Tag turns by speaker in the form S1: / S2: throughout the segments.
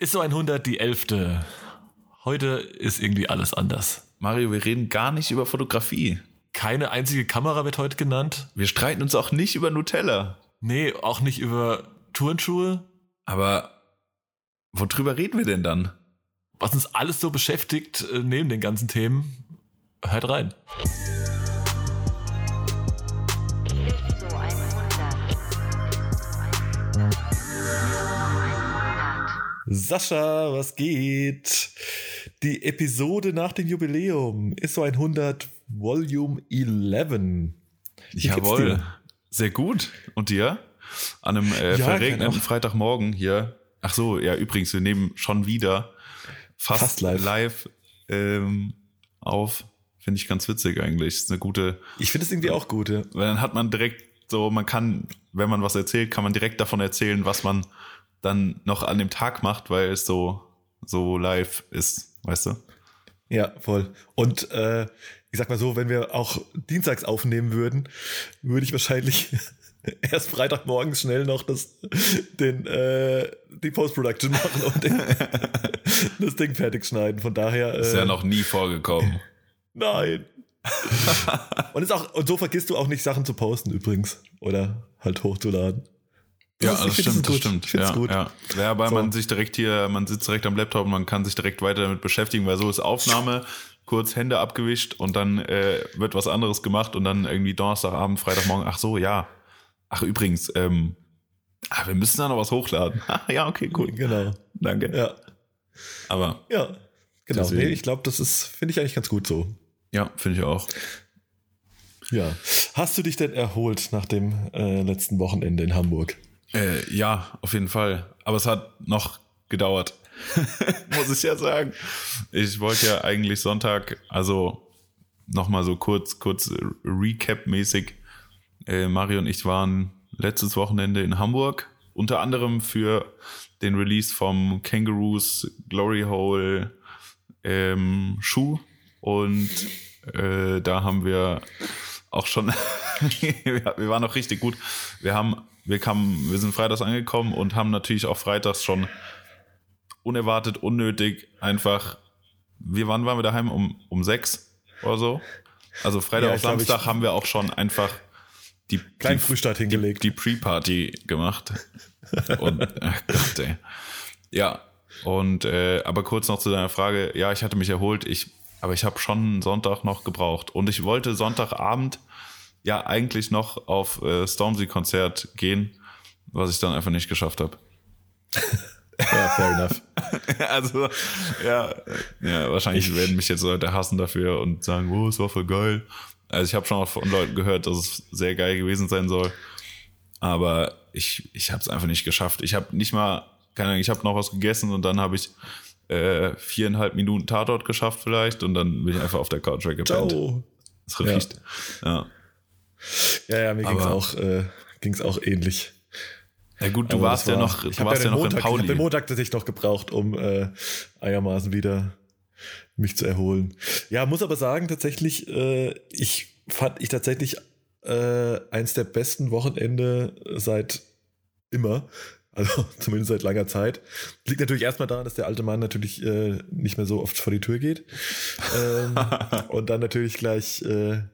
S1: Ist so 100 die 11. Heute ist irgendwie alles anders.
S2: Mario, wir reden gar nicht über Fotografie.
S1: Keine einzige Kamera wird heute genannt.
S2: Wir streiten uns auch nicht über Nutella.
S1: Nee, auch nicht über Turnschuhe.
S2: Aber worüber reden wir denn dann?
S1: Was uns alles so beschäftigt, neben den ganzen Themen, hört rein. Sascha, was geht? Die Episode nach dem Jubiläum ist so 100 Volume 11.
S2: Jawohl, sehr gut. Und dir? An einem verregneten Freitagmorgen hier. Ach so, ja, übrigens, wir nehmen schon wieder fast live auf. Finde ich ganz witzig eigentlich. Ist eine gute.
S1: Ich finde es irgendwie auch gut, ja.
S2: Weil dann hat man direkt so, man kann, wenn man was erzählt, kann man direkt davon erzählen, was man dann noch an dem Tag macht, weil es so live ist, weißt du?
S1: Ja, voll. Und ich sag mal so, wenn wir auch dienstags aufnehmen würden, würde ich wahrscheinlich erst Freitagmorgens schnell noch die Post-Production machen und das Ding fertig schneiden. Von daher.
S2: Ist ja noch nie vorgekommen.
S1: Nein. Und so vergisst du auch nicht, Sachen zu posten übrigens. Oder halt hochzuladen.
S2: Das stimmt.
S1: Ich finde es gut.
S2: Ja, weil man sitzt direkt am Laptop und man kann sich direkt weiter damit beschäftigen, weil so ist Aufnahme, kurz Hände abgewischt und dann wird was anderes gemacht und dann irgendwie Donnerstagabend, Freitagmorgen, ach so, ja. Ach übrigens, wir müssen da noch was hochladen. Ja, okay, cool.
S1: Genau.
S2: Danke.
S1: Ja.
S2: Aber.
S1: Ja, genau. Nee, ich glaube, finde ich eigentlich ganz gut so.
S2: Ja, finde ich auch.
S1: Ja. Hast du dich denn erholt nach dem letzten Wochenende in Hamburg?
S2: Ja, auf jeden Fall. Aber es hat noch gedauert, muss ich ja sagen. Ich wollte ja eigentlich Sonntag, also nochmal so kurz Recap-mäßig. Mario und ich waren letztes Wochenende in Hamburg, unter anderem für den Release vom Kangaroos Glory Hole Schuh. Und da haben wir auch schon, wir waren noch richtig gut. Wir sind freitags angekommen und haben natürlich auch freitags schon unerwartet, unnötig einfach, wann waren wir daheim? Um 6 oder so? Also Freitag auf Samstag haben wir auch schon einfach die
S1: Frühstart hingelegt.
S2: Die Pre-Party gemacht. Und, ach Gott, ey. Ja, und, aber kurz noch zu deiner Frage. Ja, ich hatte mich erholt, aber ich habe schon Sonntag noch gebraucht. Und ich wollte Sonntagabend ja eigentlich noch auf Stormzy-Konzert gehen, was ich dann einfach nicht geschafft habe.
S1: Ja, fair enough.
S2: Also, ja, wahrscheinlich werden mich jetzt Leute hassen dafür und sagen, oh, es war voll geil. Also ich habe schon auch von Leuten gehört, dass es sehr geil gewesen sein soll. Aber ich habe es einfach nicht geschafft. Ich habe nicht mal, keine Ahnung, ich habe noch was gegessen und dann habe ich 4,5 Minuten Tatort geschafft vielleicht und dann bin ich einfach auf der Couch weggepennt.
S1: Ciao.
S2: Das reicht. Ja.
S1: Ja, mir ging's auch ähnlich.
S2: Ja gut, du warst ja noch in Pauli.
S1: Ich habe den Montag tatsächlich noch gebraucht, um einigermaßen wieder mich zu erholen. Ja, muss aber sagen, tatsächlich, fand ich tatsächlich eins der besten Wochenende seit immer. Also zumindest seit langer Zeit. Liegt natürlich erstmal daran, dass der alte Mann natürlich nicht mehr so oft vor die Tür geht. Und dann natürlich gleich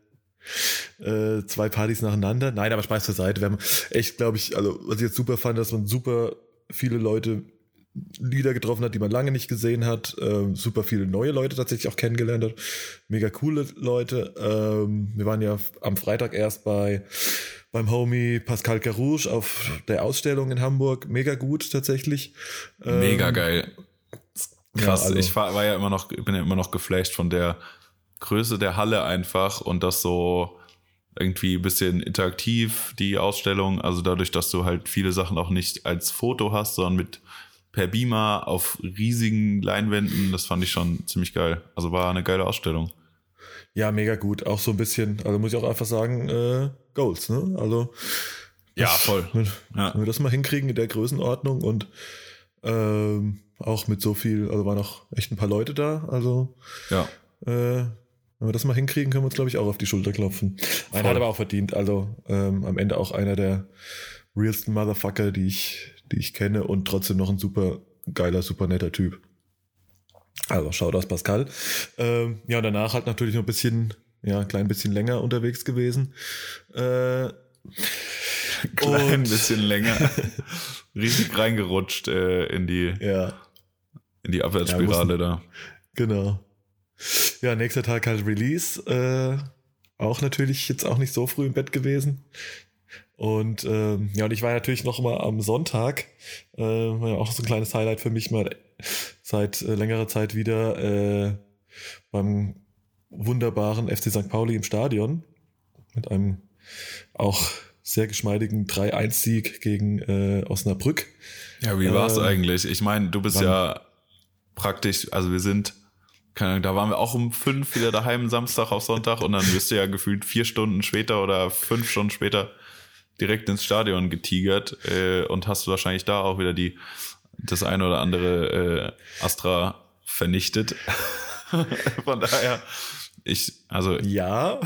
S1: 2 Partys nacheinander. Nein, aber Spaß zur Seite. Wir haben echt, glaube ich, also was ich jetzt super fand, dass man super viele Leute Lieder getroffen hat, die man lange nicht gesehen hat. Super viele neue Leute tatsächlich auch kennengelernt hat. Mega coole Leute. Wir waren ja am Freitag erst beim Homie Pascal Carouge auf der Ausstellung in Hamburg. Mega gut tatsächlich.
S2: Mega geil. Krass,
S1: ja, also,
S2: ich bin ja immer noch geflasht von der Größe der Halle einfach und das so irgendwie ein bisschen interaktiv, die Ausstellung. Also dadurch, dass du halt viele Sachen auch nicht als Foto hast, sondern per Beamer auf riesigen Leinwänden. Das fand ich schon ziemlich geil. Also war eine geile Ausstellung.
S1: Ja, mega gut. Auch so ein bisschen, also muss ich auch einfach sagen, Goals, ne? Also
S2: ja, voll.
S1: Wenn wir das mal hinkriegen in der Größenordnung und auch mit so viel, also waren auch echt ein paar Leute da. Also
S2: ja.
S1: Wenn wir das mal hinkriegen, können wir uns, glaube ich, auch auf die Schulter klopfen. Einer hat aber auch verdient. Also am Ende auch einer der realsten Motherfucker, die ich kenne und trotzdem noch ein super geiler, super netter Typ. Also schaut aus Pascal. Ja, und danach halt natürlich noch ein bisschen, ja, ein klein bisschen länger unterwegs gewesen.
S2: Klein bisschen länger. Richtig reingerutscht in die Abwärtsspirale da.
S1: Genau. Ja, nächster Tag halt Release. Auch natürlich jetzt auch nicht so früh im Bett gewesen. Und ja, und ich war natürlich noch mal am Sonntag, war ja auch so ein kleines Highlight für mich, mal seit längerer Zeit wieder beim wunderbaren FC St. Pauli im Stadion mit einem auch sehr geschmeidigen 3-1-Sieg gegen Osnabrück.
S2: Ja, wie war's eigentlich? Ich meine, du bist ja praktisch, also wir sind, keine Ahnung, da waren wir auch um 5 wieder daheim Samstag auf Sonntag und dann wirst du ja gefühlt 4 Stunden später oder 5 Stunden später direkt ins Stadion getigert und hast du wahrscheinlich da auch wieder das eine oder andere Astra vernichtet. Von daher, Ja.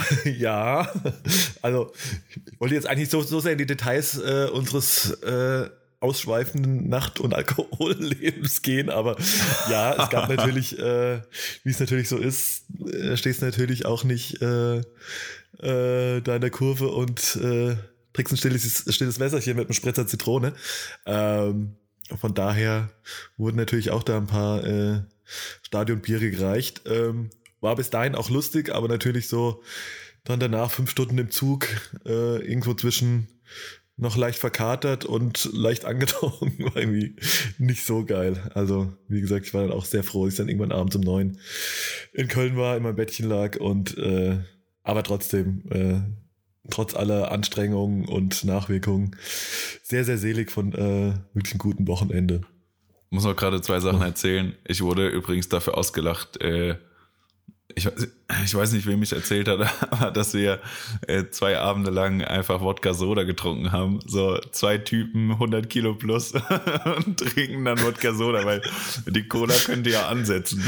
S2: Also, ich wollte jetzt eigentlich so sehr in die Details unseres ausschweifenden Nacht- und Alkohollebens gehen, aber ja, es gab natürlich, wie es natürlich so ist, stehst natürlich auch nicht da in der Kurve und trinkst ein stilles Wässerchen mit einem Spritzer Zitrone. Von daher wurden natürlich auch da ein paar Stadionbiere gereicht. War bis dahin auch lustig, aber natürlich so dann danach 5 Stunden im Zug, irgendwo zwischen noch leicht verkatert und leicht angetrunken, war irgendwie nicht so geil. Also, wie gesagt, ich war dann auch sehr froh, dass ich dann irgendwann abends um 9 in Köln war, in meinem Bettchen lag und aber trotzdem, trotz aller Anstrengungen und Nachwirkungen, sehr, sehr selig von wirklich einem guten Wochenende. Muss noch gerade 2 Sachen erzählen. Ich wurde übrigens dafür ausgelacht, ich weiß nicht, wem ich erzählt hat, aber dass wir 2 Abende lang einfach Wodka Soda getrunken haben. So 2 Typen, 100 Kilo plus und trinken dann Wodka Soda, weil die Cola könnte ja ansetzen.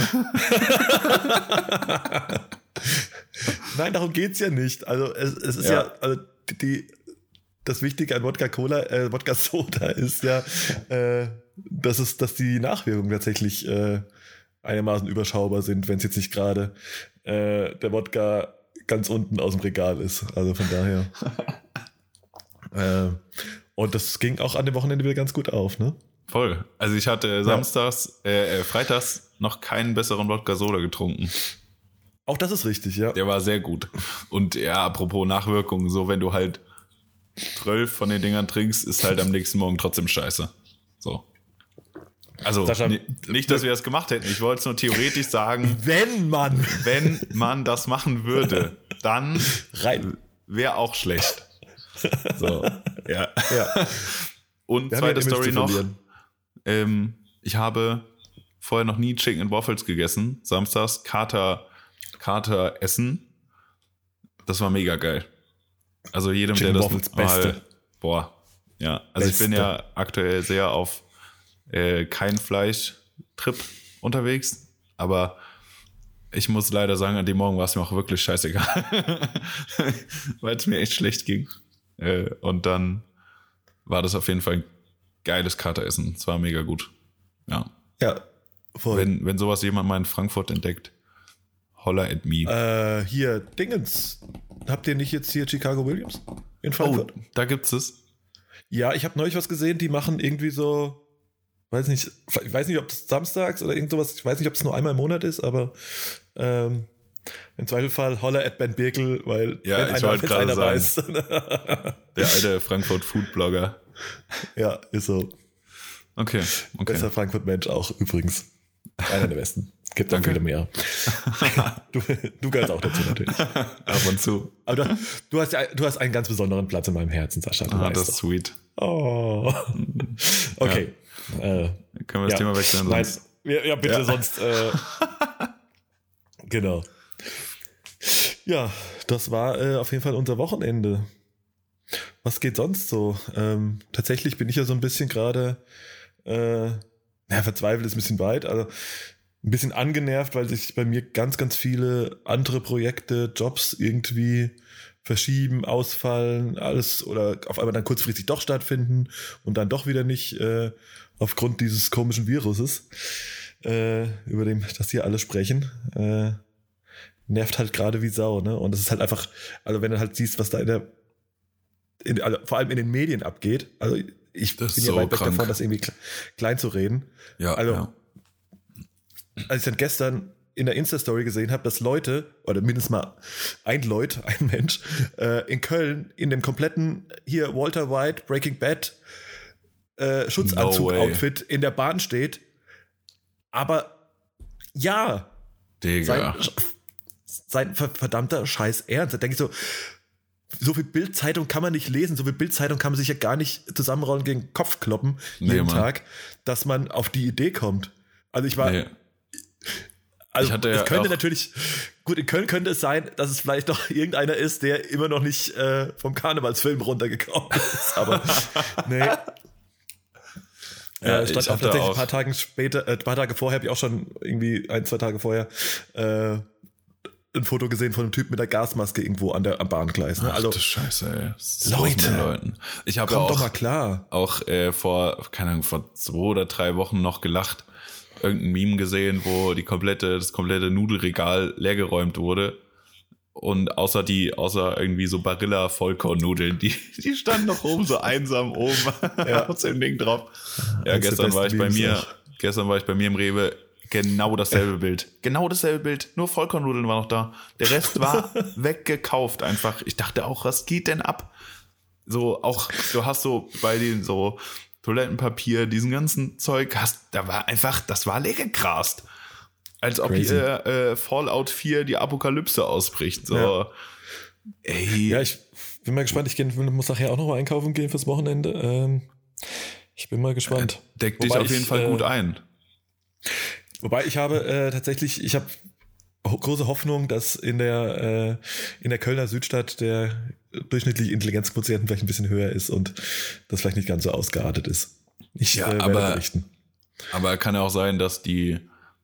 S1: Nein, darum geht's ja nicht. Also es ist ja also das Wichtige an Wodka Soda ist ja, dass die Nachwirkungen tatsächlich einigermaßen überschaubar sind, wenn es jetzt nicht gerade der Wodka ganz unten aus dem Regal ist. Also von daher. Und das ging auch an dem Wochenende wieder ganz gut auf, ne?
S2: Voll. Also ich hatte freitags noch keinen besseren Wodka Soda getrunken.
S1: Auch das ist richtig, ja.
S2: Der war sehr gut. Und ja, apropos Nachwirkungen, so wenn du halt 12 von den Dingern trinkst, ist halt am nächsten Morgen trotzdem scheiße. So. Also
S1: Sascha,
S2: nicht, dass wir das gemacht hätten. Ich wollte es nur theoretisch sagen,
S1: wenn man
S2: das machen würde, dann wäre auch schlecht. So, ja. Und
S1: wir
S2: zweite Story noch. Ich habe vorher noch nie Chicken and Waffles gegessen. Samstags Kater essen. Das war mega geil. Also jedem,
S1: Chicken
S2: der das
S1: Waffles Beste.
S2: Ja. Also ich bin ja aktuell sehr auf kein Fleisch-Trip unterwegs, aber ich muss leider sagen, an dem Morgen war es mir auch wirklich scheißegal, weil es mir echt schlecht ging. Und dann war das auf jeden Fall ein geiles Kateressen. Es war mega gut. Ja.
S1: Ja, voll.
S2: Wenn sowas jemand mal in Frankfurt entdeckt, holla at me.
S1: Hier, Dingens. Habt ihr nicht jetzt hier Chicago Williams in Frankfurt?
S2: Oh, da gibt's es.
S1: Ja, ich habe neulich was gesehen, die machen irgendwie so, ich weiß nicht, ob das samstags oder irgend sowas, ich weiß nicht, ob es nur einmal im Monat ist, aber im Zweifelsfall holla at Ben Birkel, weil
S2: ja,
S1: wenn
S2: ich wollte gerade
S1: einer
S2: sagen,
S1: weiß.
S2: Der alte Frankfurt-Food-Blogger.
S1: Ja, ist so.
S2: Okay.
S1: Besser Frankfurt-Mensch auch übrigens. Einer der besten. Gibt auch viele mehr. Du gehörst auch dazu natürlich.
S2: Ab und zu.
S1: Aber du hast einen ganz besonderen Platz in meinem Herzen, Sascha.
S2: Das ist sweet.
S1: Oh. Okay.
S2: Ja. Können wir das Thema wechseln?
S1: Sonst? Ja, bitte, sonst. Genau. Ja, das war auf jeden Fall unser Wochenende. Was geht sonst so? Tatsächlich bin ich ja so ein bisschen gerade verzweifelt ist ein bisschen weit, also ein bisschen angenervt, weil sich bei mir ganz, ganz viele andere Projekte, Jobs irgendwie verschieben, ausfallen, alles oder auf einmal dann kurzfristig doch stattfinden und dann doch wieder nicht aufgrund dieses komischen Viruses, über das hier alle sprechen. Nervt halt gerade wie Sau, ne? Und es ist halt einfach, also wenn du halt siehst, was da also vor allem in den Medien abgeht, also ich bin ja weit weg davon, das irgendwie klein zu reden.
S2: Ja,
S1: also als ich dann gestern in der Insta-Story gesehen habe, dass Leute, oder mindestens mal ein Mensch, in Köln in dem kompletten hier Walter White, Breaking Bad Schutzanzug-Outfit in der Bahn steht. Aber ja,
S2: Digga.
S1: Sein verdammter Scheiß Ernst. Da denke ich so viel Bild-Zeitung kann man nicht lesen, so viel Bild-Zeitung kann man sich ja gar nicht zusammenrollen gegen den Kopf kloppen jeden Tag, dass man auf die Idee kommt. Also ich war... Nee. Also es könnte natürlich, gut, in Köln könnte es sein, dass es vielleicht noch irgendeiner ist, der immer noch nicht vom Karnevalsfilm runtergekommen ist, aber nee. Ja, stand auch tatsächlich ein paar Tage vorher, habe ich auch schon irgendwie 1-2 Tage vorher ein Foto gesehen von einem Typ mit der Gasmaske irgendwo am Bahngleis. Ne?
S2: Ach,
S1: also,
S2: du Scheiße, ey.
S1: Leute,
S2: ich habe
S1: kommt doch mal klar.
S2: Auch vor 2 oder 3 Wochen noch gelacht. Irgendein Meme gesehen, wo das komplette Nudelregal leergeräumt wurde. Und außer irgendwie so Barilla-Vollkornnudeln, die standen noch oben so einsam oben auf dem Ding drauf. Ja, gestern war ich bei mir im Rewe, genau dasselbe Bild. Genau dasselbe Bild, nur Vollkornnudeln war noch da. Der Rest war weggekauft einfach. Ich dachte auch, was geht denn ab? So, auch, du hast so bei den so Toilettenpapier, diesen ganzen Zeug, das war leergegrast. Als ob hier Fallout 4 die Apokalypse ausbricht. So. Ja. Ey.
S1: Ja, ich bin mal gespannt. Muss nachher auch noch mal einkaufen gehen fürs Wochenende. Ich bin mal gespannt.
S2: Deckt dich auf jeden Fall gut ein.
S1: Wobei ich habe ich habe große Hoffnung, dass in der Kölner Südstadt der durchschnittliche Intelligenzquotient vielleicht ein bisschen höher ist und das vielleicht nicht ganz so ausgeartet ist. Ich werde berichten.
S2: Aber kann ja auch sein, dass die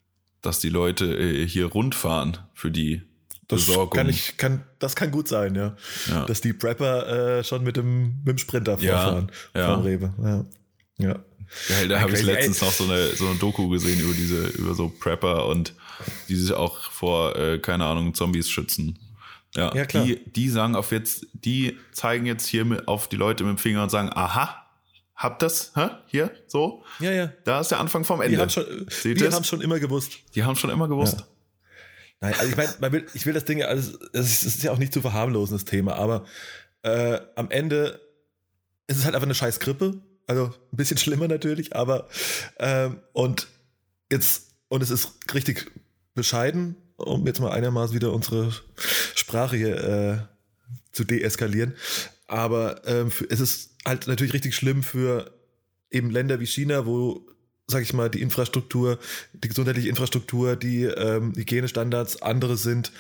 S2: Leute hier rundfahren für die Besorgung.
S1: Das kann gut sein, ja. Dass die Prepper schon mit dem Sprinter vorfahren vom Rewe. Ja.
S2: Geil, da habe ich letztens noch so eine Doku gesehen über so Prepper und die sich auch vor, keine Ahnung, Zombies schützen. Ja, klar. Die sagen die zeigen jetzt hier auf die Leute mit dem Finger und sagen, aha, habt das? Hier, so?
S1: Ja.
S2: Da ist der Anfang vom Ende.
S1: Die haben schon immer gewusst.
S2: Die haben schon immer gewusst.
S1: Ja. Nein, also ich meine, ich will das Ding, also es ist ja auch nicht zu verharmlosen, das Thema, aber am Ende ist es halt einfach eine scheiß Grippe. Also ein bisschen schlimmer natürlich, aber und es ist richtig bescheiden, um jetzt mal einigermaßen wieder unsere Sprache hier zu deeskalieren. Aber es ist halt natürlich richtig schlimm für eben Länder wie China, wo, sag ich mal, die Infrastruktur, die gesundheitliche Infrastruktur, die Hygienestandards andere sind.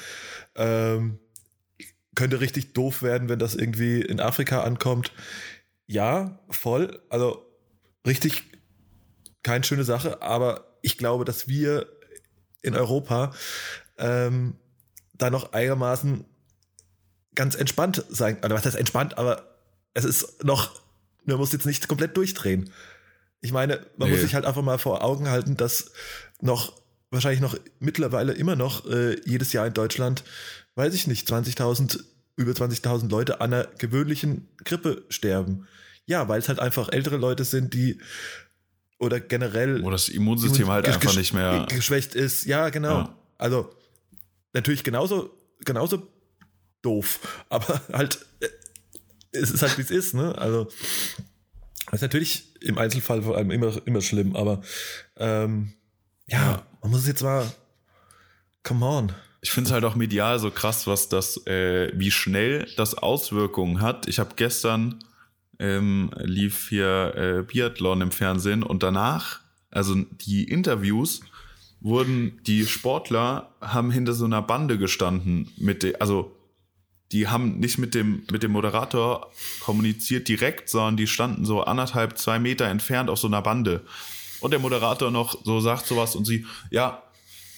S1: Könnte richtig doof werden, wenn das irgendwie in Afrika ankommt. Ja, voll. Also richtig keine schöne Sache, aber ich glaube, dass wir in Europa da noch einigermaßen ganz entspannt sein. Oder was heißt entspannt, aber es ist noch, man muss jetzt nicht komplett durchdrehen. Ich meine, man muss sich halt einfach mal vor Augen halten, dass wahrscheinlich noch mittlerweile immer noch jedes Jahr in Deutschland, weiß ich nicht, über 20.000 Leute an einer gewöhnlichen Grippe sterben. Ja, weil es halt einfach ältere Leute sind, oder generell...
S2: Wo das Immunsystem halt einfach nicht mehr...
S1: geschwächt ist. Ja, genau. Ja. Also, natürlich genauso doof. Aber halt, es ist halt, wie es ist, ne? Also, das ist natürlich im Einzelfall vor allem immer schlimm, aber man muss es jetzt mal... Come on.
S2: Ich finde es halt auch medial so krass, wie schnell das Auswirkungen hat. Ich habe gestern lief hier Biathlon im Fernsehen und danach, also die Interviews die Sportler haben hinter so einer Bande gestanden die haben nicht mit dem Moderator kommuniziert direkt, sondern die standen so 1,5-2 Meter entfernt auf so einer Bande und der Moderator noch so sagt sowas und sie, ja,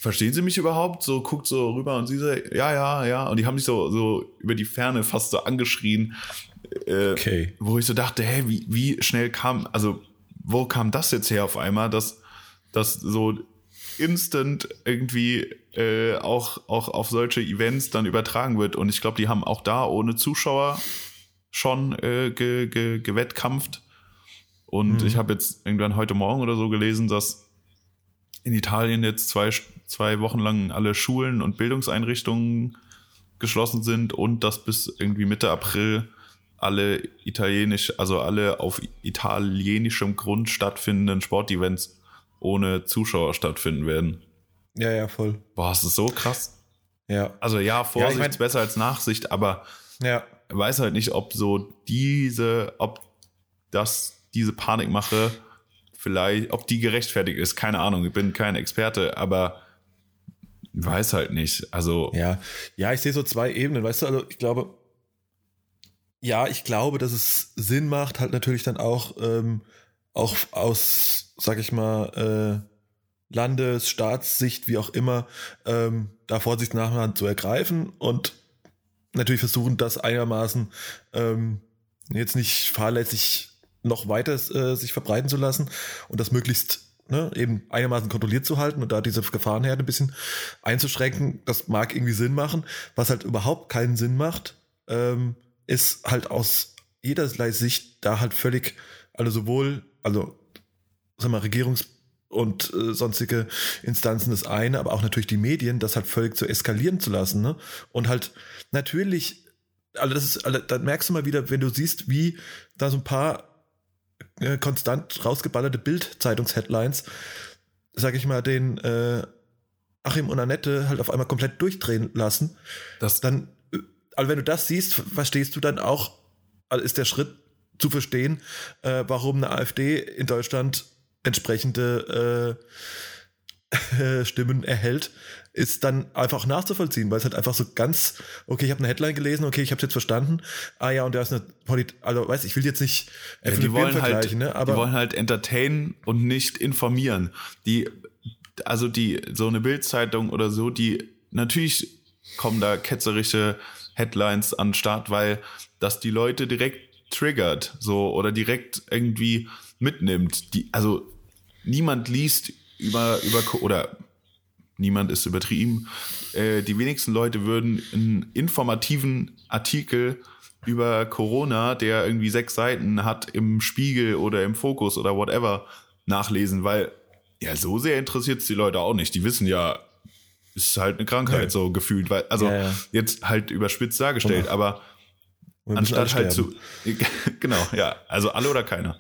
S2: verstehen Sie mich überhaupt? So guckt so rüber und sie so, ja. Und die haben sich so über die Ferne fast so angeschrien.
S1: Okay.
S2: Wo ich so dachte, wie schnell wo kam das jetzt her auf einmal, dass das so instant irgendwie auch auf solche Events dann übertragen wird. Und ich glaube, die haben auch da ohne Zuschauer schon gewettkampft. Und ich habe jetzt irgendwann heute Morgen oder so gelesen, dass in Italien jetzt zwei Wochen lang alle Schulen und Bildungseinrichtungen geschlossen sind und dass bis irgendwie Mitte April alle auf italienischem Grund stattfindenden Sportevents ohne Zuschauer stattfinden werden.
S1: Ja, voll.
S2: Boah, das ist so krass.
S1: Ja.
S2: Also Vorsicht ist besser als Nachsicht, aber weiß halt nicht, ob diese Panikmache vielleicht, ob die gerechtfertigt ist. Keine Ahnung, ich bin kein Experte, aber weiß halt nicht. Also.
S1: Ja, ich sehe so zwei Ebenen, weißt du, also ich glaube, dass es Sinn macht, halt natürlich dann auch aus, sag ich mal, Staatsicht, wie auch immer, da Vorsichtsmaßnahmen zu ergreifen und natürlich versuchen, das einigermaßen jetzt nicht fahrlässig noch weiter sich verbreiten zu lassen und das möglichst eben einigermaßen kontrolliert zu halten und da diese Gefahrenherde ein bisschen einzuschränken. Das mag irgendwie Sinn machen. Was halt überhaupt keinen Sinn macht, ist halt aus jederlei Sicht da halt völlig, Regierungs- und sonstige Instanzen das eine, aber auch natürlich die Medien, das halt völlig zu eskalieren zu lassen, ne? Und halt natürlich, dann merkst du mal wieder, wenn du siehst, wie da so ein paar konstant rausgeballerte Bild-Zeitungs-Headlines, sag ich mal, den Achim und Annette halt auf einmal komplett durchdrehen lassen. Wenn du das siehst, verstehst du dann auch, ist der Schritt zu verstehen, warum eine AfD in Deutschland entsprechende Stimmen erhält, ist dann einfach nachzuvollziehen, weil es halt einfach so ganz, okay, ich habe eine Headline gelesen, okay, ich habe es jetzt verstanden, und da ist eine ich will jetzt nicht
S2: die wollen vergleichen, ne? Aber die wollen halt entertainen und nicht informieren. So eine Bild-Zeitung oder so, die natürlich kommen da ketzerische Headlines an den Start, weil das die Leute direkt triggert, so, oder direkt irgendwie mitnimmt. Niemand liest oder niemand ist übertrieben. Die wenigsten Leute würden einen informativen Artikel über Corona, der irgendwie 6 Seiten hat, im Spiegel oder im Fokus oder whatever nachlesen, weil so sehr interessiert es die Leute auch nicht. Die wissen ja, es ist halt eine Krankheit, so gefühlt, weil, jetzt halt überspitzt dargestellt, aber anstatt halt genau, also alle oder keiner.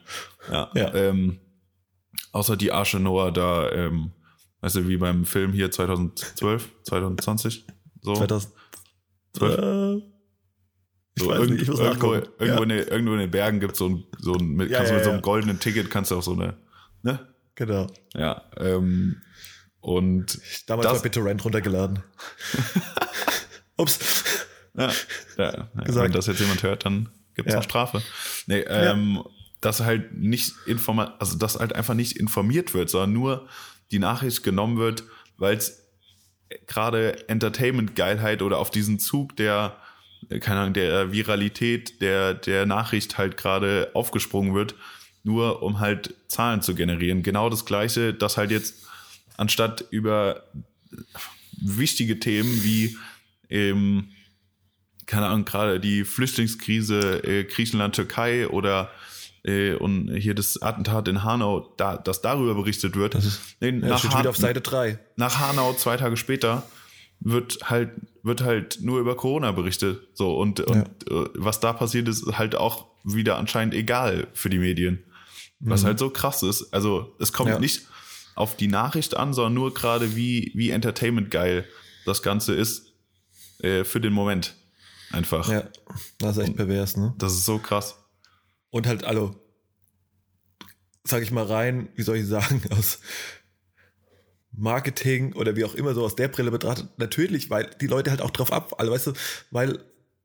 S2: Außer die Arche Noah da, weißt du, wie beim Film hier 2020, so.
S1: 2012? Ich weiß nicht, ich muss nachgucken.
S2: Irgendwo in den Bergen gibt es so ein mit so einem goldenen Ticket kannst du auch so eine, ne?
S1: Genau.
S2: Ja, und
S1: damals bei BitTorrent runtergeladen. Ups.
S2: Wenn das jetzt jemand hört, dann gibt es eine Strafe. Nee, dass halt dass halt einfach nicht informiert wird, sondern nur die Nachricht genommen wird, weil es gerade Entertainment-Geilheit oder auf diesen Zug der Viralität der Nachricht halt gerade aufgesprungen wird, nur um halt Zahlen zu generieren. Genau das Gleiche, dass halt jetzt anstatt über wichtige Themen wie gerade die Flüchtlingskrise Griechenland, Türkei oder und hier das Attentat in Hanau, dass darüber berichtet wird.
S1: Das steht wieder auf Seite 3.
S2: Nach Hanau 2 Tage später wird halt nur über Corona berichtet. So, und was da passiert ist halt auch wieder anscheinend egal für die Medien. Was halt so krass ist. Also es kommt nicht auf die Nachricht an, sondern nur gerade wie Entertainment geil das Ganze ist für den Moment. Einfach.
S1: Ja, das ist echt pervers, ne?
S2: Das ist so krass.
S1: Und halt, sag ich mal rein, wie soll ich sagen, aus Marketing oder wie auch immer so aus der Brille betrachtet, natürlich, weil die Leute halt auch drauf weißt du, weil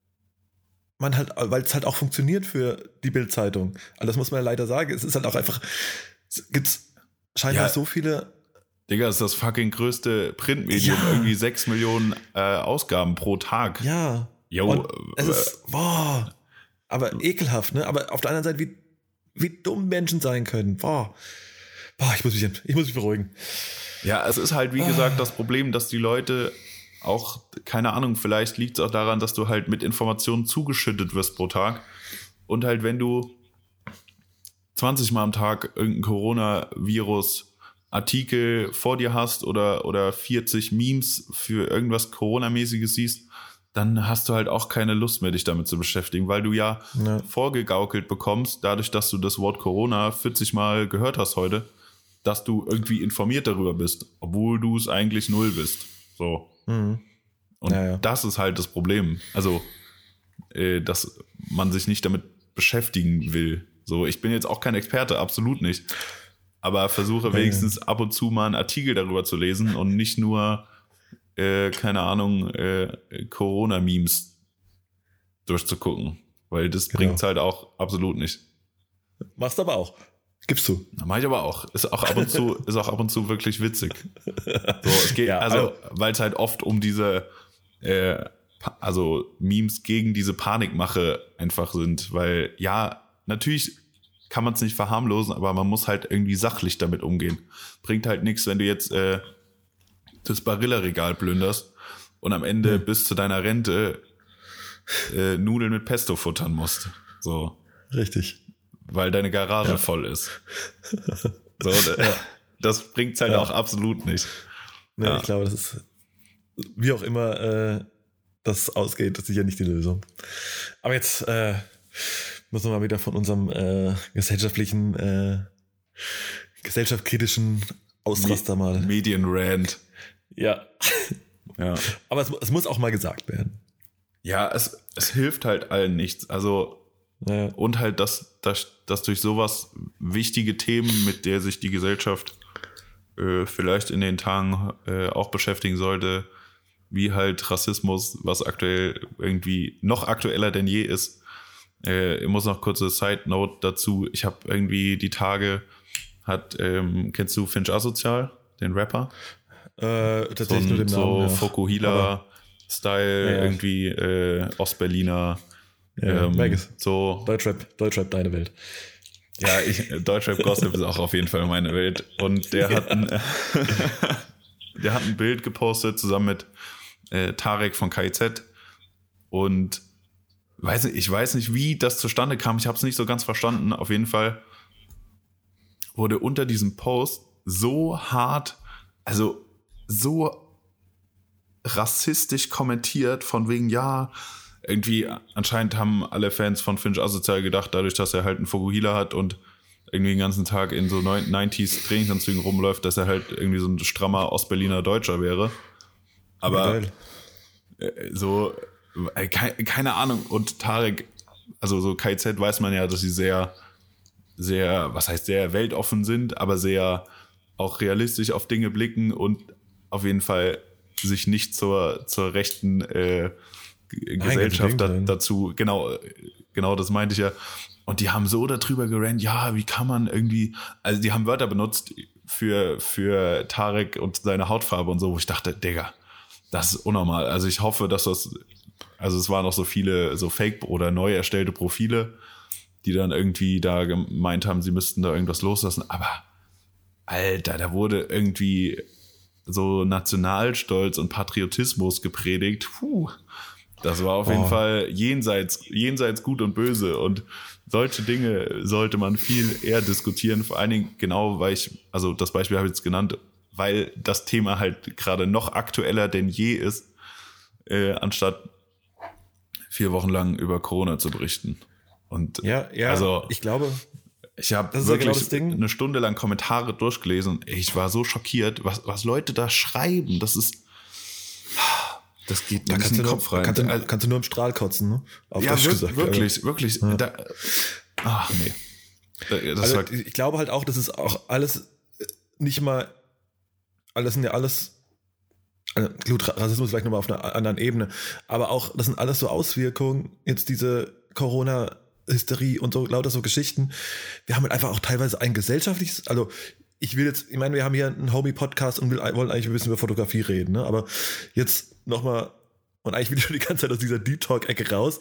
S1: es halt auch funktioniert für die Bild-Zeitung. Also das muss man ja leider sagen. Es ist halt auch einfach, gibt's scheinbar so viele
S2: Digga, ist das fucking größte Printmedium.
S1: Ja.
S2: Irgendwie 6 Millionen Ausgaben pro Tag.
S1: Ja.
S2: Jo,
S1: Und es ist, aber ekelhaft, ne? Aber auf der anderen Seite, wie dumm Menschen sein können. Ich muss mich beruhigen.
S2: ja, es ist halt, wie gesagt, das Problem, dass die Leute auch, keine Ahnung, vielleicht liegt es auch daran, dass du halt mit Informationen zugeschüttet wirst pro Tag. Und halt, wenn du 20 Mal am Tag irgendein Coronavirus-Artikel vor dir hast oder 40 Memes für irgendwas Corona-mäßiges siehst, dann hast du halt auch keine Lust mehr, dich damit zu beschäftigen, weil du ja vorgegaukelt bekommst, dadurch, dass du das Wort Corona 40 Mal gehört hast heute, dass du irgendwie informiert darüber bist, obwohl du es eigentlich null bist. So. Und das ist halt das Problem. Also, dass man sich nicht damit beschäftigen will. So, ich bin jetzt auch kein Experte, absolut nicht. Aber versuche wenigstens ab und zu mal einen Artikel darüber zu lesen und nicht nur, keine Ahnung, Corona-Memes durchzugucken. Weil das bringt's halt auch absolut nicht.
S1: Machst aber auch. Gibst du.
S2: Mach ich aber auch. Ist auch ab und zu wirklich witzig. So, es geht, weil es halt oft um diese, Memes gegen diese Panikmache einfach sind. Weil, ja, natürlich kann man es nicht verharmlosen, aber man muss halt irgendwie sachlich damit umgehen. Bringt halt nichts, wenn du jetzt das Barilla-Regal plünderst und am Ende bis zu deiner Rente Nudeln mit Pesto futtern musst. So.
S1: Richtig.
S2: Weil deine Garage voll ist. So, das bringt's halt auch absolut nicht.
S1: Nee, ich glaube, das ist, wie auch immer das ausgeht, das ist sicher nicht die Lösung. Aber jetzt müssen wir mal wieder von unserem gesellschaftskritischen Ausraster mal.
S2: Medienrand.
S1: Ja. Aber es muss auch mal gesagt werden.
S2: Ja, es hilft halt allen nichts. Also, und halt, dass durch sowas wichtige Themen, mit der sich die Gesellschaft vielleicht in den Tagen auch beschäftigen sollte, wie halt Rassismus, was aktuell irgendwie noch aktueller denn je ist. Ich muss noch kurze Side-Note dazu. Ich habe irgendwie die Tage, kennst du Finch Asozial, den Rapper?
S1: Tatsächlich nur den Namen.
S2: So Fokuhila-Style, irgendwie Ostberliner. So
S1: Deutschrap, deine Welt.
S2: Ja, Deutschrap Gossip ist auch auf jeden Fall meine Welt. Und der hat ein Bild gepostet zusammen mit Tarek von KIZ. Und ich weiß nicht, wie das zustande kam. Ich habe es nicht so ganz verstanden. Auf jeden Fall wurde unter diesem Post so hart, also so rassistisch kommentiert, von wegen, ja, irgendwie anscheinend haben alle Fans von Finch Asozial gedacht, dadurch, dass er halt einen Fokuhila hat und irgendwie den ganzen Tag in so 90s Trainingsanzügen rumläuft, dass er halt irgendwie so ein strammer Ostberliner Deutscher wäre. Aber keine Ahnung. Und Tarek, also so KZ weiß man ja, dass sie sehr, sehr, was heißt sehr weltoffen sind, aber sehr auch realistisch auf Dinge blicken und auf jeden Fall sich nicht zur rechten Gesellschaft dazu, genau das meinte ich ja. Und die haben so darüber gerannt, ja, wie kann man irgendwie, also die haben Wörter benutzt für Tarek und seine Hautfarbe und so, wo ich dachte, Digga, das ist unnormal. Also ich hoffe, dass es waren noch so viele so fake oder neu erstellte Profile, die dann irgendwie da gemeint haben, sie müssten da irgendwas loslassen, aber Alter, da wurde irgendwie so Nationalstolz und Patriotismus gepredigt. Das war auf jeden Fall jenseits gut und böse, und solche Dinge sollte man viel eher diskutieren, vor allen Dingen genau, weil das Beispiel habe ich jetzt genannt, weil das Thema halt gerade noch aktueller denn je ist, anstatt 4 Wochen lang über Corona zu berichten. Und also
S1: ich glaube,
S2: ich habe wirklich eine Stunde lang Kommentare durchgelesen. Ich war so schockiert, was Leute da schreiben. Das geht mir nicht in den Kopf rein.
S1: Kannst du nur im Strahl kotzen, ne? Auf
S2: ja, wirklich. Ja. Nee.
S1: Ich glaube halt auch, das ist auch alles nicht mal, gut, Rassismus vielleicht nochmal auf einer anderen Ebene, aber auch, das sind alles so Auswirkungen, jetzt diese Corona-Hysterie und so, lauter so Geschichten. Wir haben halt einfach auch teilweise ein gesellschaftliches, also ich meine, wir haben hier einen Homie-Podcast und wollen eigentlich ein bisschen über Fotografie reden, ne? Aber jetzt nochmal, und eigentlich will ich schon die ganze Zeit aus dieser Deep Talk-Ecke raus.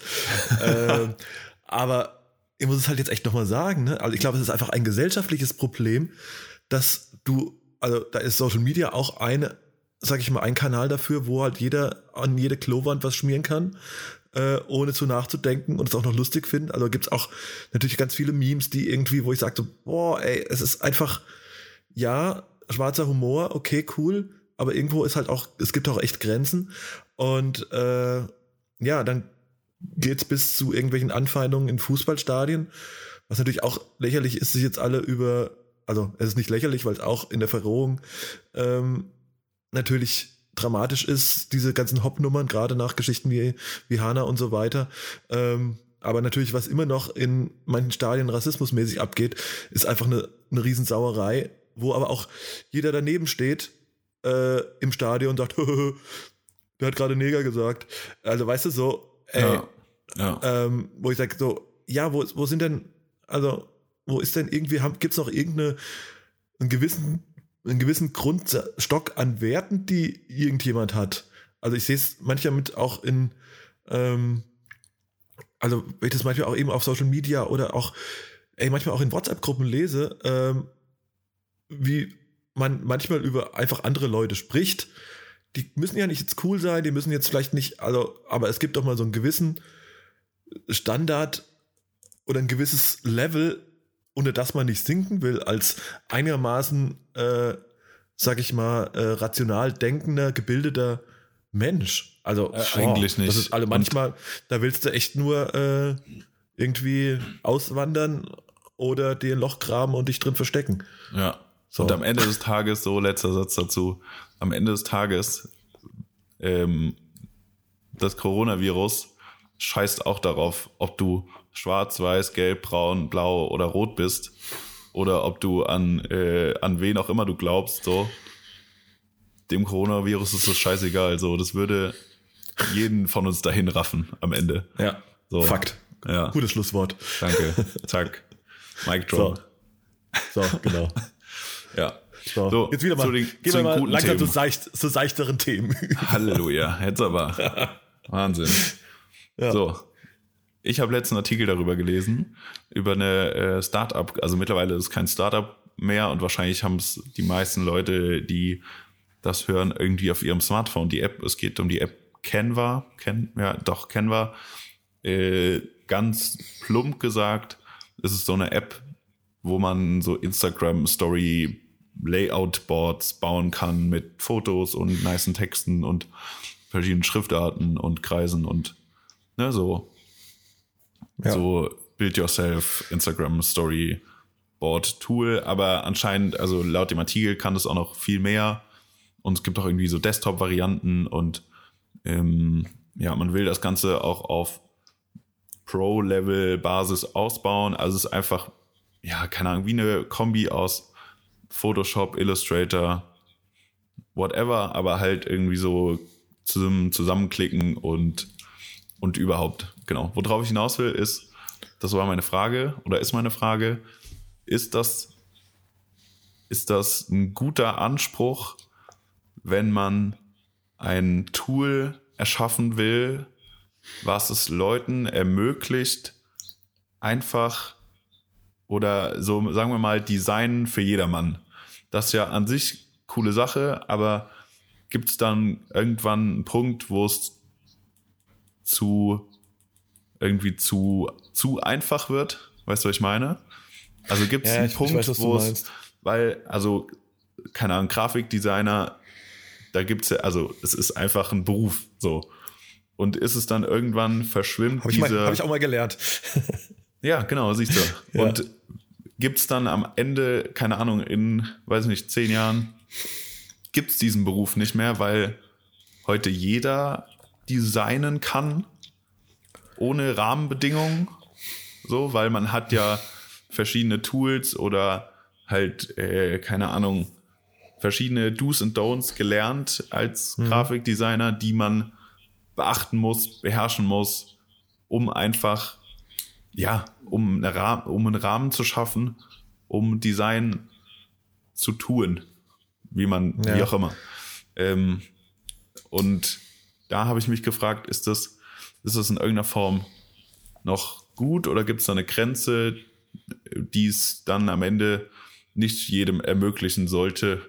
S1: Aber ich muss es halt jetzt echt nochmal sagen, ne? Also ich glaube, es ist einfach ein gesellschaftliches Problem, dass also da ist Social Media auch ein Kanal dafür, wo halt jeder an jede Klowand was schmieren kann, ohne zu nachzudenken und es auch noch lustig finden. Also gibt es auch natürlich ganz viele Memes, die irgendwie, wo ich sage, so, boah, ey, es ist einfach, ja, schwarzer Humor, okay, cool, aber irgendwo ist halt auch, es gibt auch echt Grenzen. Und ja, dann geht's bis zu irgendwelchen Anfeindungen in Fußballstadien, was natürlich auch lächerlich ist, sich jetzt alle also es ist nicht lächerlich, weil es auch in der Verrohung natürlich dramatisch ist, diese ganzen Hop-Nummern, gerade nach Geschichten wie Hana und so weiter. Aber natürlich, was immer noch in manchen Stadien rassismusmäßig abgeht, ist einfach eine Riesensauerei, wo aber auch jeder daneben steht im Stadion und sagt, der hat gerade Neger gesagt. Also weißt du, so, wo ich sage, so, ja, wo sind denn, also wo ist denn irgendwie, gibt's noch einen gewissen Grundstock an Werten, die irgendjemand hat? Also ich sehe es manchmal mit auch also wenn ich das manchmal auch eben auf Social Media oder auch manchmal auch in WhatsApp-Gruppen lese, wie man manchmal über einfach andere Leute spricht. Die müssen ja nicht jetzt cool sein, die müssen jetzt vielleicht nicht, also, aber es gibt doch mal so einen gewissen Standard oder ein gewisses Level, ohne dass man nicht sinken will, als einigermaßen, sag ich mal, rational denkender, gebildeter Mensch. Also
S2: eigentlich nicht.
S1: Das ist manchmal, da willst du echt nur irgendwie auswandern oder dir ein Loch graben und dich drin verstecken.
S2: Ja.
S1: So.
S2: Und am Ende des Tages, so letzter Satz dazu, am Ende des Tages, das Coronavirus scheißt auch darauf, ob du schwarz, weiß, gelb, braun, blau oder rot bist oder ob du an wen auch immer du glaubst, so. Dem Coronavirus ist das scheißegal, so. Das würde jeden von uns dahin raffen am Ende.
S1: Ja,
S2: so.
S1: Fakt.
S2: Ja.
S1: Gutes Schlusswort.
S2: Danke. Zack. Mic drop.
S1: So, genau.
S2: Ja.
S1: So, jetzt wieder mal, gehen wir mal langsam zu seichteren Themen.
S2: Halleluja, jetzt aber. Wahnsinn.
S1: Ja.
S2: So, ich habe letzten Artikel darüber gelesen, über eine Startup, also mittlerweile ist es kein Startup mehr und wahrscheinlich haben es die meisten Leute, die das hören, irgendwie auf ihrem Smartphone. Die App, es geht um die App Canva. Canva. Ganz plump gesagt, es ist so eine App, wo man so Instagram-Story Layout-Boards bauen kann mit Fotos und nicen Texten und verschiedenen Schriftarten und Kreisen und ne, so Build-Yourself Instagram-Story-Board-Tool. Aber anscheinend, also laut dem Artikel kann das auch noch viel mehr. Und es gibt auch irgendwie so Desktop-Varianten und man will das Ganze auch auf Pro-Level-Basis ausbauen. Also es ist einfach, keine Ahnung, wie eine Kombi aus Photoshop, Illustrator, whatever, aber halt irgendwie so zusammenklicken und überhaupt. Genau. Worauf ich hinaus will, ist meine Frage, ist das ein guter Anspruch, wenn man ein Tool erschaffen will, was es Leuten ermöglicht, einfach oder so, sagen wir mal, Design für jedermann. Das ist ja an sich coole Sache, aber gibt es dann irgendwann einen Punkt, wo es zu einfach wird? Weißt du, was ich meine? Also gibt es einen Punkt, wo es, weil, also, keine Ahnung, Grafikdesigner, da gibt es ja, also es ist einfach ein Beruf, so. Und ist es dann irgendwann verschwimmt
S1: Hab ich auch mal gelernt.
S2: Ja, genau, siehst du.
S1: Ja.
S2: Und gibt es dann am Ende, keine Ahnung, in, 10 Jahren, gibt es diesen Beruf nicht mehr, weil heute jeder designen kann, ohne Rahmenbedingungen, so, weil man hat ja verschiedene Tools oder halt, keine Ahnung, verschiedene Do's und Don'ts gelernt als Grafikdesigner, die man beachten muss, beherrschen muss, um einfach, um einen Rahmen zu schaffen, um Design zu tun, wie auch immer. Und da habe ich mich gefragt, ist das in irgendeiner Form noch gut oder gibt es da eine Grenze, die es dann am Ende nicht jedem ermöglichen sollte,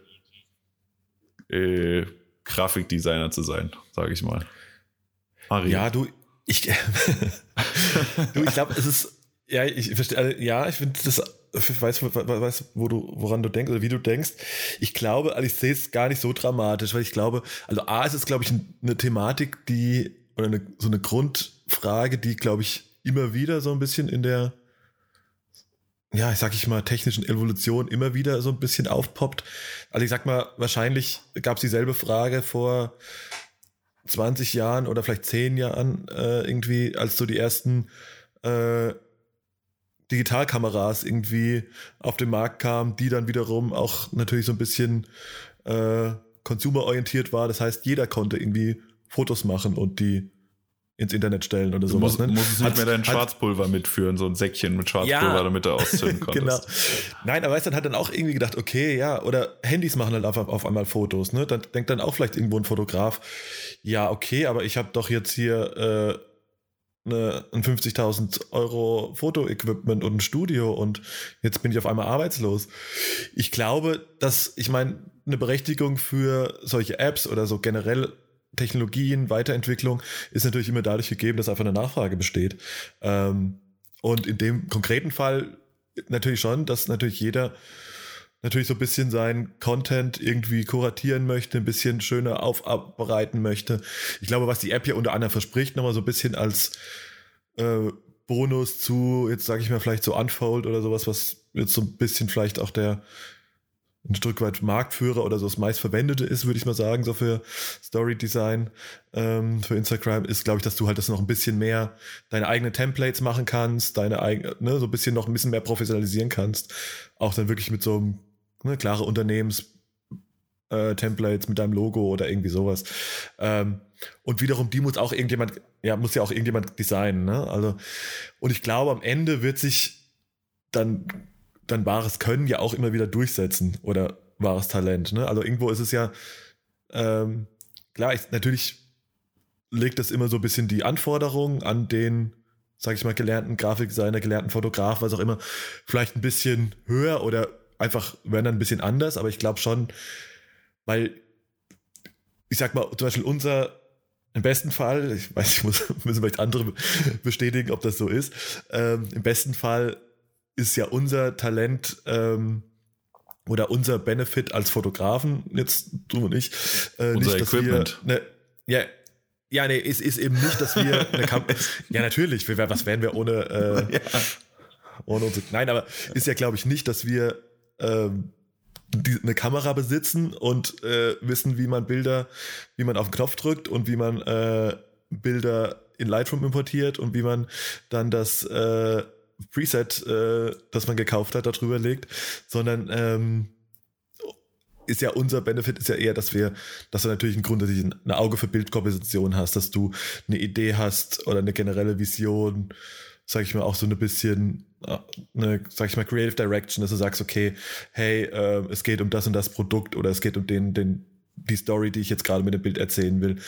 S2: Grafikdesigner zu sein, sage ich mal.
S1: Mario. Ja, ich glaube, es ist, ja, ich verstehe, ich finde das, ich weiß, woran du denkst oder wie du denkst. Ich glaube, also ich sehe es gar nicht so dramatisch, weil ich glaube, also es ist, glaube ich, eine Thematik, so eine Grundfrage, die, glaube ich, immer wieder so ein bisschen in der, technischen Evolution immer wieder so ein bisschen aufpoppt. Also ich sag mal, wahrscheinlich gab es dieselbe Frage vor 20 Jahren oder vielleicht 10 Jahren irgendwie, als so die ersten Digitalkameras irgendwie auf den Markt kamen, die dann wiederum auch natürlich so ein bisschen consumerorientiert war. Das heißt, jeder konnte irgendwie Fotos machen und die ins Internet stellen oder sowas.
S2: Du musst nicht mehr dein Schwarzpulver mitführen, so ein Säckchen mit Schwarzpulver, damit du auszünden konntest. Genau.
S1: Nein, aber hat dann auch irgendwie gedacht, okay, ja, oder Handys machen halt auf einmal Fotos, ne? Dann denkt dann auch vielleicht irgendwo ein Fotograf, ja, okay, aber ich habe doch jetzt hier ein 50.000 Euro Fotoequipment und ein Studio und jetzt bin ich auf einmal arbeitslos. Ich glaube, eine Berechtigung für solche Apps oder so generell Technologien, Weiterentwicklung ist natürlich immer dadurch gegeben, dass einfach eine Nachfrage besteht. Und in dem konkreten Fall natürlich schon, dass natürlich jeder natürlich so ein bisschen seinen Content irgendwie kuratieren möchte, ein bisschen schöner aufbereiten möchte. Ich glaube, was die App hier unter anderem verspricht, nochmal so ein bisschen als Bonus zu, jetzt sage ich mal vielleicht so Unfold oder sowas, was jetzt so ein bisschen vielleicht auch ein Stück weit Marktführer oder so das meistverwendete ist, würde ich mal sagen, so für Story-Design für Instagram, ist, glaube ich, dass du halt das noch ein bisschen mehr deine eigenen Templates machen kannst, so ein bisschen mehr professionalisieren kannst. Auch dann wirklich mit so einem klare Unternehmens-Templates mit deinem Logo oder irgendwie sowas. Und wiederum, die muss ja auch irgendjemand designen, ne? Also, und ich glaube, am Ende wird sich dann wahres Können ja auch immer wieder durchsetzen oder wahres Talent. Ne? Also irgendwo ist es ja, klar, natürlich legt das immer so ein bisschen die Anforderungen an den, sag ich mal, gelernten Grafikdesigner, gelernten Fotograf, was auch immer, vielleicht ein bisschen höher oder einfach werden dann ein bisschen anders, aber ich glaube schon, weil, ich sag mal, zum Beispiel im besten Fall, ich weiß, müssen vielleicht andere bestätigen, ob das so ist, im besten Fall ist ja unser Talent oder unser Benefit als Fotografen, jetzt du und ich,
S2: unser nicht, dass Equipment.
S1: Es ist eben nicht, dass wir eine Kamera. Ja, natürlich, was wären wir ohne unsere. Nein, aber ist ja, glaube ich, nicht, dass wir eine Kamera besitzen und wissen, wie man auf den Knopf drückt und wie man Bilder in Lightroom importiert und wie man dann das Preset, das man gekauft hat, darüber legt, sondern ist ja unser Benefit ist ja eher, dass du natürlich grundsätzlich ein Auge für Bildkomposition hast, dass du eine Idee hast oder eine generelle Vision, sag ich mal, auch so ein bisschen sag ich mal, Creative Direction, dass du sagst, okay, hey, es geht um das und das Produkt oder es geht um die Story, die ich jetzt gerade mit dem Bild erzählen will.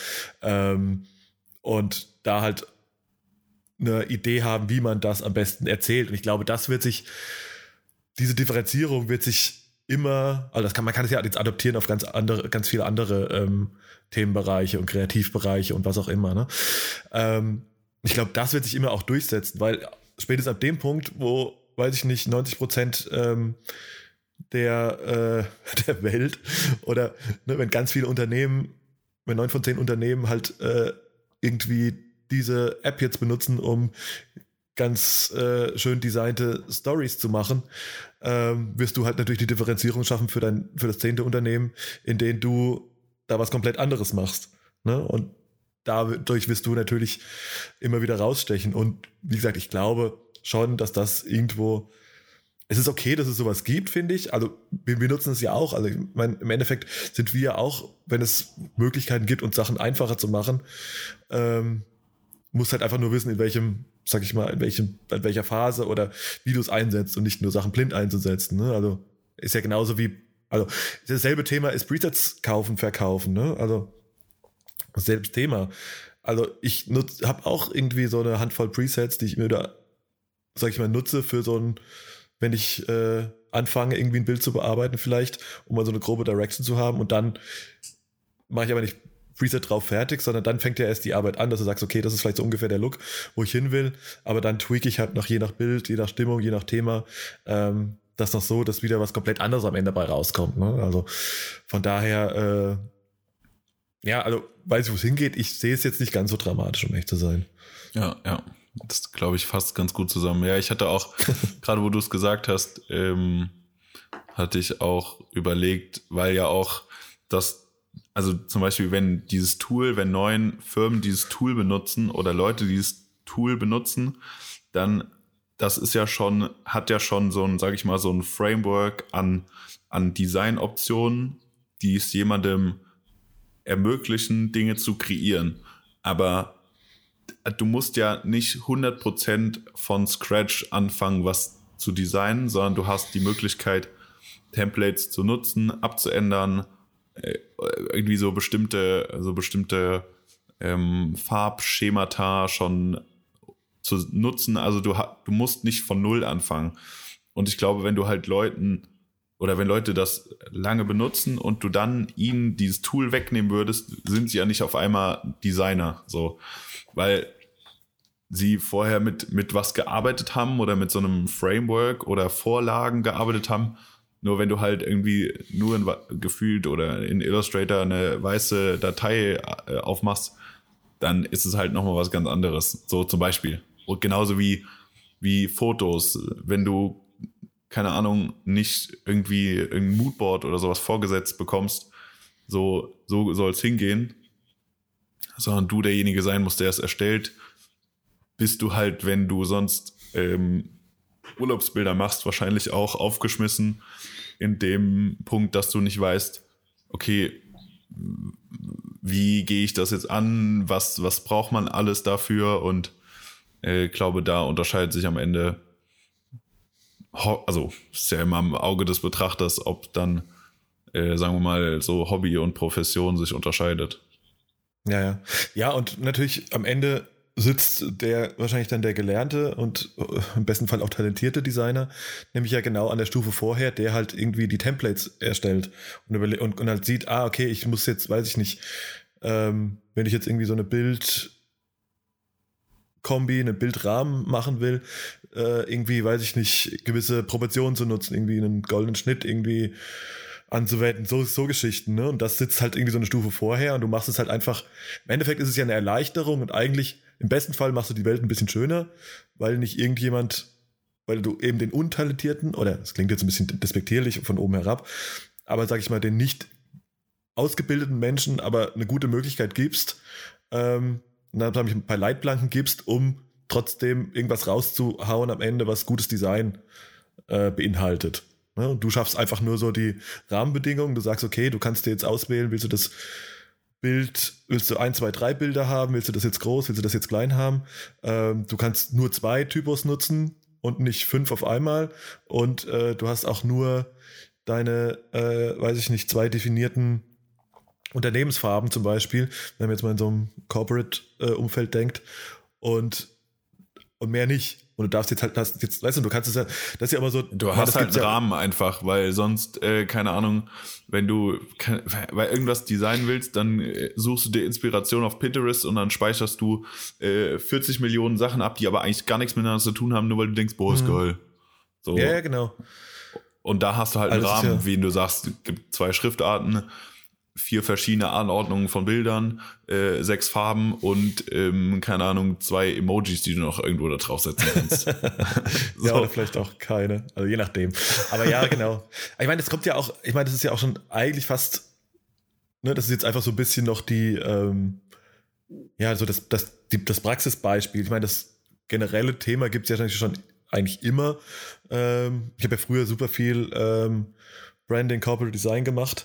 S1: Und da halt eine Idee haben, wie man das am besten erzählt. Und ich glaube, diese Differenzierung wird sich immer, also man kann es ja jetzt adaptieren auf ganz viele andere Themenbereiche und Kreativbereiche und was auch immer. Ne? Ich glaube, das wird sich immer auch durchsetzen, weil spätestens ab dem Punkt, wo, weiß ich nicht, 90% der Welt oder wenn ganz viele Unternehmen, wenn 9 von 10 Unternehmen halt irgendwie diese App jetzt benutzen, um ganz schön designte Stories zu machen, wirst du halt natürlich die Differenzierung schaffen für das 10. Unternehmen, in dem du da was komplett anderes machst. Ne? Und dadurch wirst du natürlich immer wieder rausstechen. Und wie gesagt, ich glaube schon, dass das irgendwo, es ist okay, dass es sowas gibt, finde ich. Also wir nutzen es ja auch. Also ich meine, im Endeffekt sind wir auch, wenn es Möglichkeiten gibt, uns Sachen einfacher zu machen, musst halt einfach nur wissen, in welcher Phase oder wie du es einsetzt und nicht nur Sachen blind einzusetzen. Ne? Also ist ja genauso wie Also dasselbe Thema ist Presets kaufen, verkaufen, ne? Also selbes Thema. Also ich habe auch irgendwie so eine Handvoll Presets, die ich mir da, sag ich mal, nutze für so ein, wenn ich anfange, irgendwie ein Bild zu bearbeiten vielleicht, um mal so eine grobe Direction zu haben, und dann mache ich aber nicht Preset drauf fertig, sondern dann fängt ja erst die Arbeit an, dass du sagst, okay, das ist vielleicht so ungefähr der Look, wo ich hin will, aber dann tweak ich halt noch je nach Bild, je nach Stimmung, je nach Thema, das noch so, dass wieder was komplett anderes am Ende dabei rauskommt. Ne? Also von daher, ja, also weiß ich, wo es hingeht. Ich sehe es jetzt nicht ganz so dramatisch, um echt zu sein.
S2: Ja. Das glaube ich fasst ganz gut zusammen. Ja, ich hatte auch, gerade wo du es gesagt hast, hatte ich auch überlegt, weil ja auch das, also zum Beispiel, wenn neuen Firmen dieses Tool benutzen oder Leute dieses Tool benutzen, dann das ist ja schon, hat ja schon so ein, sage ich mal, so ein Framework an Designoptionen, die es jemandem ermöglichen, Dinge zu kreieren. Aber du musst ja nicht 100% von Scratch anfangen, was zu designen, sondern du hast die Möglichkeit, Templates zu nutzen, abzuändern, irgendwie so bestimmte Farbschemata schon zu nutzen. Also du musst nicht von Null anfangen. Und ich glaube, wenn du halt wenn Leute das lange benutzen und du dann ihnen dieses Tool wegnehmen würdest, sind sie ja nicht auf einmal Designer, so. Weil sie vorher mit was gearbeitet haben oder mit so einem Framework oder Vorlagen gearbeitet haben. Nur wenn du halt irgendwie nur gefühlt oder in Illustrator eine weiße Datei aufmachst, dann ist es halt nochmal was ganz anderes. So zum Beispiel. Und genauso wie Fotos. Wenn du, keine Ahnung, nicht irgendwie irgendein Moodboard oder sowas vorgesetzt bekommst, so soll es hingehen, sondern du derjenige sein musst, der es erstellt, bist du halt, wenn du sonst Urlaubsbilder machst, wahrscheinlich auch aufgeschmissen in dem Punkt, dass du nicht weißt, okay, wie gehe ich das jetzt an, was braucht man alles dafür, und ich glaube, da unterscheidet sich am Ende, also ist ja immer im Auge des Betrachters, ob dann, sagen wir mal, so Hobby und Profession sich unterscheidet.
S1: Ja, und natürlich am Ende sitzt wahrscheinlich dann der gelernte und im besten Fall auch talentierte Designer, nämlich ja genau an der Stufe vorher, der halt irgendwie die Templates erstellt und halt sieht, okay, ich muss jetzt, weiß ich nicht, wenn ich jetzt irgendwie so eine Bildkombi, einen Bildrahmen machen will, irgendwie, weiß ich nicht, gewisse Proportionen zu nutzen, irgendwie einen goldenen Schnitt irgendwie anzuwenden, so Geschichten, ne? Und das sitzt halt irgendwie so eine Stufe vorher und du machst es halt einfach, im Endeffekt ist es ja eine Erleichterung und eigentlich, im besten Fall machst du die Welt ein bisschen schöner, weil du eben den Untalentierten, oder es klingt jetzt ein bisschen despektierlich von oben herab, aber sag ich mal, den nicht ausgebildeten Menschen aber eine gute Möglichkeit gibst, und dann ein paar Leitplanken gibst, um trotzdem irgendwas rauszuhauen am Ende, was gutes Design beinhaltet. Und du schaffst einfach nur so die Rahmenbedingungen. Du sagst, okay, du kannst dir jetzt auswählen, willst du das Bild, willst du 1, 2, 3 Bilder haben, willst du das jetzt groß, willst du das jetzt klein haben? Du kannst nur 2 Typos nutzen und nicht 5 auf einmal. Und du hast auch nur deine, weiß ich nicht, 2 definierten Unternehmensfarben zum Beispiel, wenn man jetzt mal in so einem Corporate-Umfeld denkt. Und mehr nicht. Und du darfst weißt du, du kannst es ja, das ist ja immer so.
S2: Du hast halt einen Rahmen einfach, weil sonst, keine Ahnung, wenn du weil irgendwas designen willst, dann suchst du dir Inspiration auf Pinterest und dann speicherst du 40 Millionen Sachen ab, die aber eigentlich gar nichts miteinander zu tun haben, nur weil du denkst, boah, ist geil. So.
S1: Ja, genau.
S2: Und da hast du halt einen Rahmen, wie du sagst, es gibt 2 Schriftarten, 4 verschiedene Anordnungen von Bildern, 6 Farben und, keine Ahnung, 2 Emojis, die du noch irgendwo da draufsetzen kannst.
S1: So. Ja, oder vielleicht auch keine, also je nachdem. Aber ja, genau. Ich meine, das kommt ja auch, das ist ja auch schon eigentlich fast, ne, das ist jetzt einfach so ein bisschen noch die, so das Praxisbeispiel. Ich meine, das generelle Thema gibt es ja schon eigentlich immer. Ich habe ja früher super viel Branding, Corporate Design gemacht,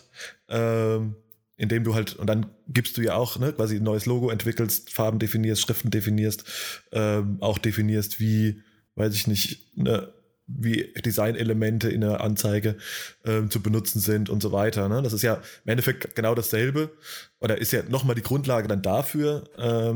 S1: indem du halt, und dann gibst du ja auch, ne, quasi ein neues Logo entwickelst, Farben definierst, Schriften definierst, auch definierst, wie, weiß ich nicht, ne, wie Designelemente in der Anzeige zu benutzen sind und so weiter. Ne? Das ist ja im Endeffekt genau dasselbe oder ist ja nochmal die Grundlage dann dafür.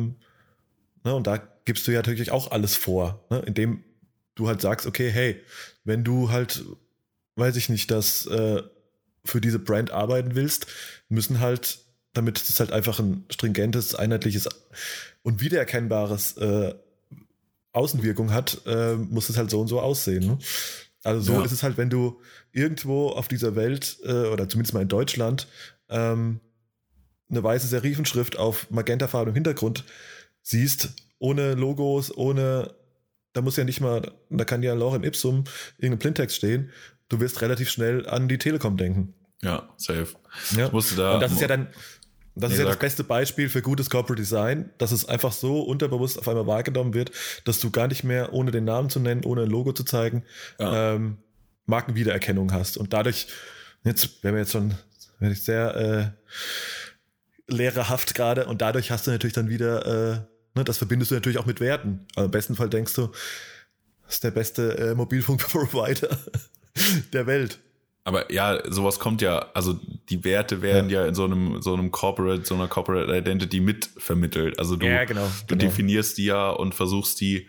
S1: Ne? Und da gibst du ja natürlich auch alles vor, ne? Indem du halt sagst, okay, hey, wenn du halt, weiß ich nicht, das für diese Brand arbeiten willst, müssen halt, damit es halt einfach ein stringentes, einheitliches und wiedererkennbares Außenwirkung hat, muss es halt so und so aussehen. Ne? Also so ist es halt, wenn du irgendwo auf dieser Welt, oder zumindest mal in Deutschland, eine weiße Serifenschrift auf magentafarbenem Hintergrund siehst, ohne Logos, da muss ja nicht mal, da kann ja Lorem Ipsum irgendein Blindtext stehen, du wirst relativ schnell an die Telekom denken.
S2: Ja, safe.
S1: Ja.
S2: Ich musste da,
S1: und das ist ja dann, das ist ja das beste Beispiel für gutes Corporate Design, dass es einfach so unterbewusst auf einmal wahrgenommen wird, dass du gar nicht mehr, ohne den Namen zu nennen, ohne ein Logo zu zeigen, Markenwiedererkennung hast. Und dadurch, jetzt werden ich sehr lehrerhaft gerade, und dadurch hast du natürlich dann wieder, das verbindest du natürlich auch mit Werten. Also im besten Fall denkst du, das ist der beste Mobilfunkprovider der Welt.
S2: Aber ja, sowas kommt ja, also die Werte werden ja in so einer Corporate Identity mitvermittelt. Also du definierst die ja und versuchst die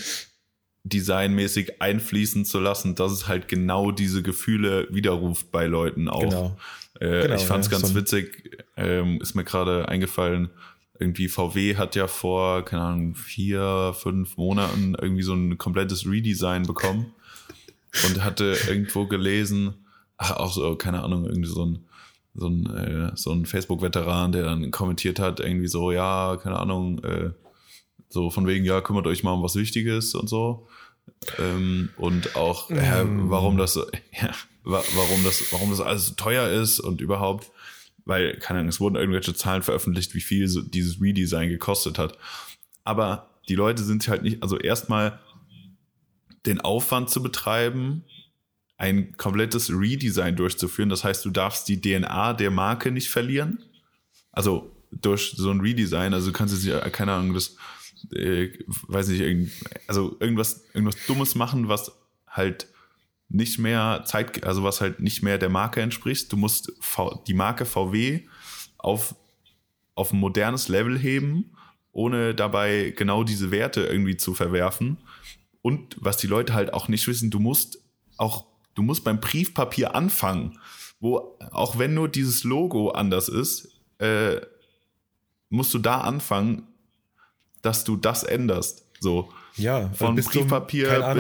S2: designmäßig einfließen zu lassen, dass es halt genau diese Gefühle widerruft bei Leuten auch. Genau. Ich fand's ganz witzig, ist mir gerade eingefallen, irgendwie VW hat ja vor, keine Ahnung, 4-5 Monaten irgendwie so ein komplettes Redesign bekommen und hatte irgendwo gelesen, auch so, keine Ahnung, irgendwie so ein Facebook-Veteran, der dann kommentiert hat, irgendwie so, ja, keine Ahnung, so von wegen, ja, kümmert euch mal um was Wichtiges und so. Und auch, warum das alles so teuer ist und überhaupt, weil, keine Ahnung, es wurden irgendwelche Zahlen veröffentlicht, wie viel so dieses Redesign gekostet hat. Aber die Leute sind halt nicht, also erstmal den Aufwand zu betreiben, ein komplettes Redesign durchzuführen. Das heißt, du darfst die DNA der Marke nicht verlieren. Also durch so ein Redesign, also du kannst jetzt, keine Ahnung, das, weiß nicht, also irgendwas Dummes machen, was halt nicht mehr was halt nicht mehr der Marke entspricht. Du musst die Marke VW auf ein modernes Level heben, ohne dabei genau diese Werte irgendwie zu verwerfen. Und was die Leute halt auch nicht wissen, du musst beim Briefpapier anfangen, wo, auch wenn nur dieses Logo anders ist, musst du da anfangen, dass du das änderst. So.
S1: Ja,
S2: von Briefpapier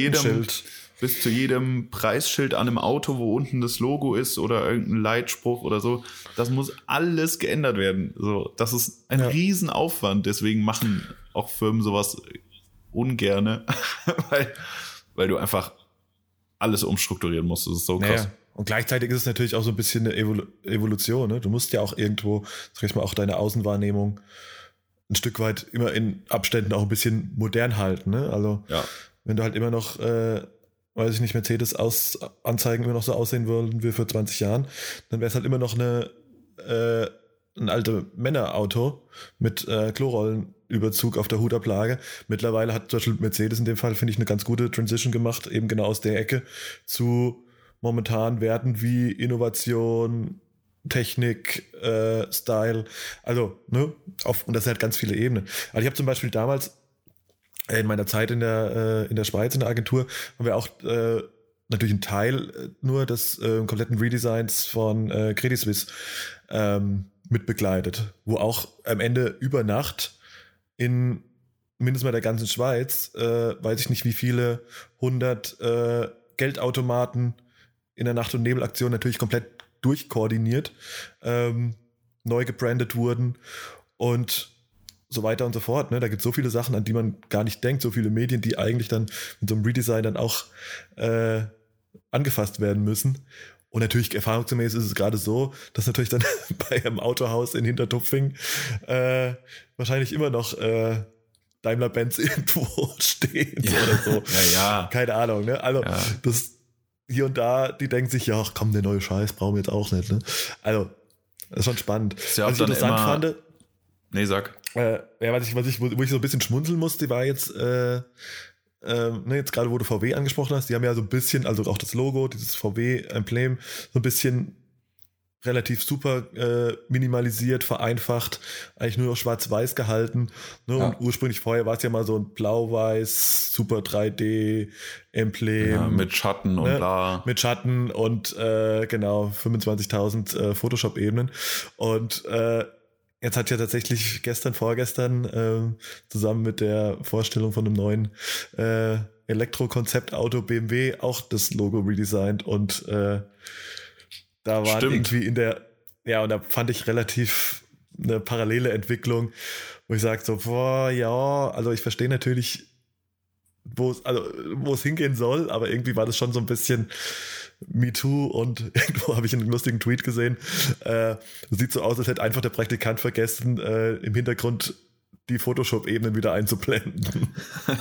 S2: bis zu jedem Preisschild an einem Auto, wo unten das Logo ist oder irgendein Leitspruch oder so. Das muss alles geändert werden. So, das ist ein Riesenaufwand. Deswegen machen auch Firmen sowas ungerne, weil du einfach alles umstrukturieren musst. Das ist so krass.
S1: Naja. Und gleichzeitig ist es natürlich auch so ein bisschen eine Evolution. Ne? Du musst ja auch irgendwo, sag ich mal, auch deine Außenwahrnehmung ein Stück weit immer in Abständen auch ein bisschen modern halten. Ne? Also wenn du halt immer noch, weiß ich nicht, Mercedes-Anzeigen immer noch so aussehen würden wie vor 20 Jahren, dann wäre es halt immer noch ein altes Männerauto mit Klorollenüberzug auf der Hutablage. Mittlerweile hat zum Beispiel Mercedes in dem Fall, finde ich, eine ganz gute Transition gemacht, eben genau aus der Ecke zu momentan Werten wie Innovation, Technik, Style, also, ne, und das sind halt ganz viele Ebenen. Also ich habe zum Beispiel damals in meiner Zeit in der Schweiz in der Agentur, haben wir auch natürlich einen Teil nur des kompletten Redesigns von Credit Suisse mitbegleitet, wo auch am Ende über Nacht in mindestens mal der ganzen Schweiz, weiß ich nicht wie viele 100 Geldautomaten in der Nacht- und Nebelaktion natürlich komplett durchkoordiniert, neu gebrandet wurden und so weiter und so fort. Ne? Da gibt es so viele Sachen, an die man gar nicht denkt, so viele Medien, die eigentlich dann mit so einem Redesign dann auch angefasst werden müssen. Und natürlich erfahrungsgemäß ist es gerade so, dass natürlich dann bei einem Autohaus in Hintertupfing wahrscheinlich immer noch Daimler-Benz irgendwo steht oder so.
S2: Ja.
S1: Keine Ahnung. Ne? Also das hier und da, die denken sich, ja, ach komm, der neue Scheiß brauchen wir jetzt auch nicht. Ne? Also, das ist schon spannend.
S2: Ist ja auch was ich interessant fand. Nee, sag.
S1: Wo ich so ein bisschen schmunzeln musste, war jetzt jetzt gerade, wo du VW angesprochen hast, die haben ja so ein bisschen, also auch das Logo, dieses VW-Emblem, so ein bisschen relativ super minimalisiert, vereinfacht, eigentlich nur noch schwarz-weiß gehalten. Ne? Ja. Und ursprünglich vorher war es ja mal so ein blau-weiß, super 3D-Emblem. Ja,
S2: mit Schatten und bla.
S1: Mit Schatten und genau, 25.000 Photoshop-Ebenen. Und jetzt hat ja tatsächlich vorgestern, zusammen mit der Vorstellung von einem neuen Elektro-Konzeptauto BMW auch das Logo redesigned und da war irgendwie und da fand ich relativ eine parallele Entwicklung, wo ich sage so, also ich verstehe natürlich, wo es hingehen soll, aber irgendwie war das schon so ein bisschen MeToo und irgendwo habe ich einen lustigen Tweet gesehen. Sieht so aus, als hätte einfach der Praktikant vergessen, im Hintergrund die Photoshop-Ebenen wieder einzublenden.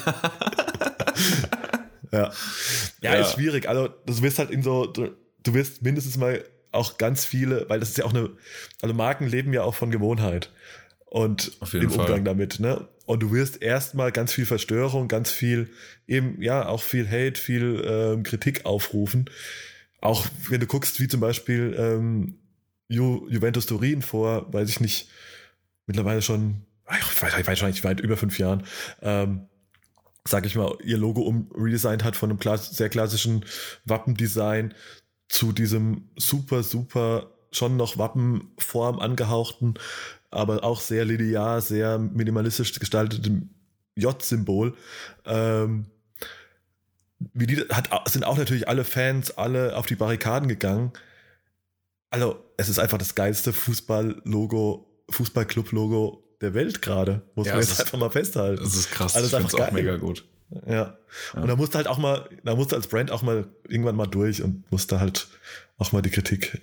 S1: Ja, ist schwierig. Also du wirst halt du wirst mindestens mal auch ganz viele, weil das ist ja auch also Marken leben ja auch von Gewohnheit und im Umgang damit, ne? Und du wirst erstmal ganz viel Verstörung, ganz viel eben, auch viel Hate, viel Kritik aufrufen. Auch wenn du guckst, wie zum Beispiel Juventus Turin vor, weiß ich nicht, mittlerweile schon, wahrscheinlich weit über 5 Jahren, sag ich mal, ihr Logo redesignt hat von einem sehr klassischen Wappendesign zu diesem super, super, schon noch Wappenform angehauchten, aber auch sehr linear, sehr minimalistisch gestaltetem J-Symbol. Sind auch natürlich alle Fans, alle auf die Barrikaden gegangen. Also, es ist einfach das geilste Fußballclub-Logo der Welt gerade. Muss man jetzt einfach mal festhalten.
S2: Das ist krass.
S1: Also,
S2: ich finde es auch mega gut.
S1: Ja. Und da musste als Brand auch mal irgendwann mal durch und musste halt auch mal die Kritik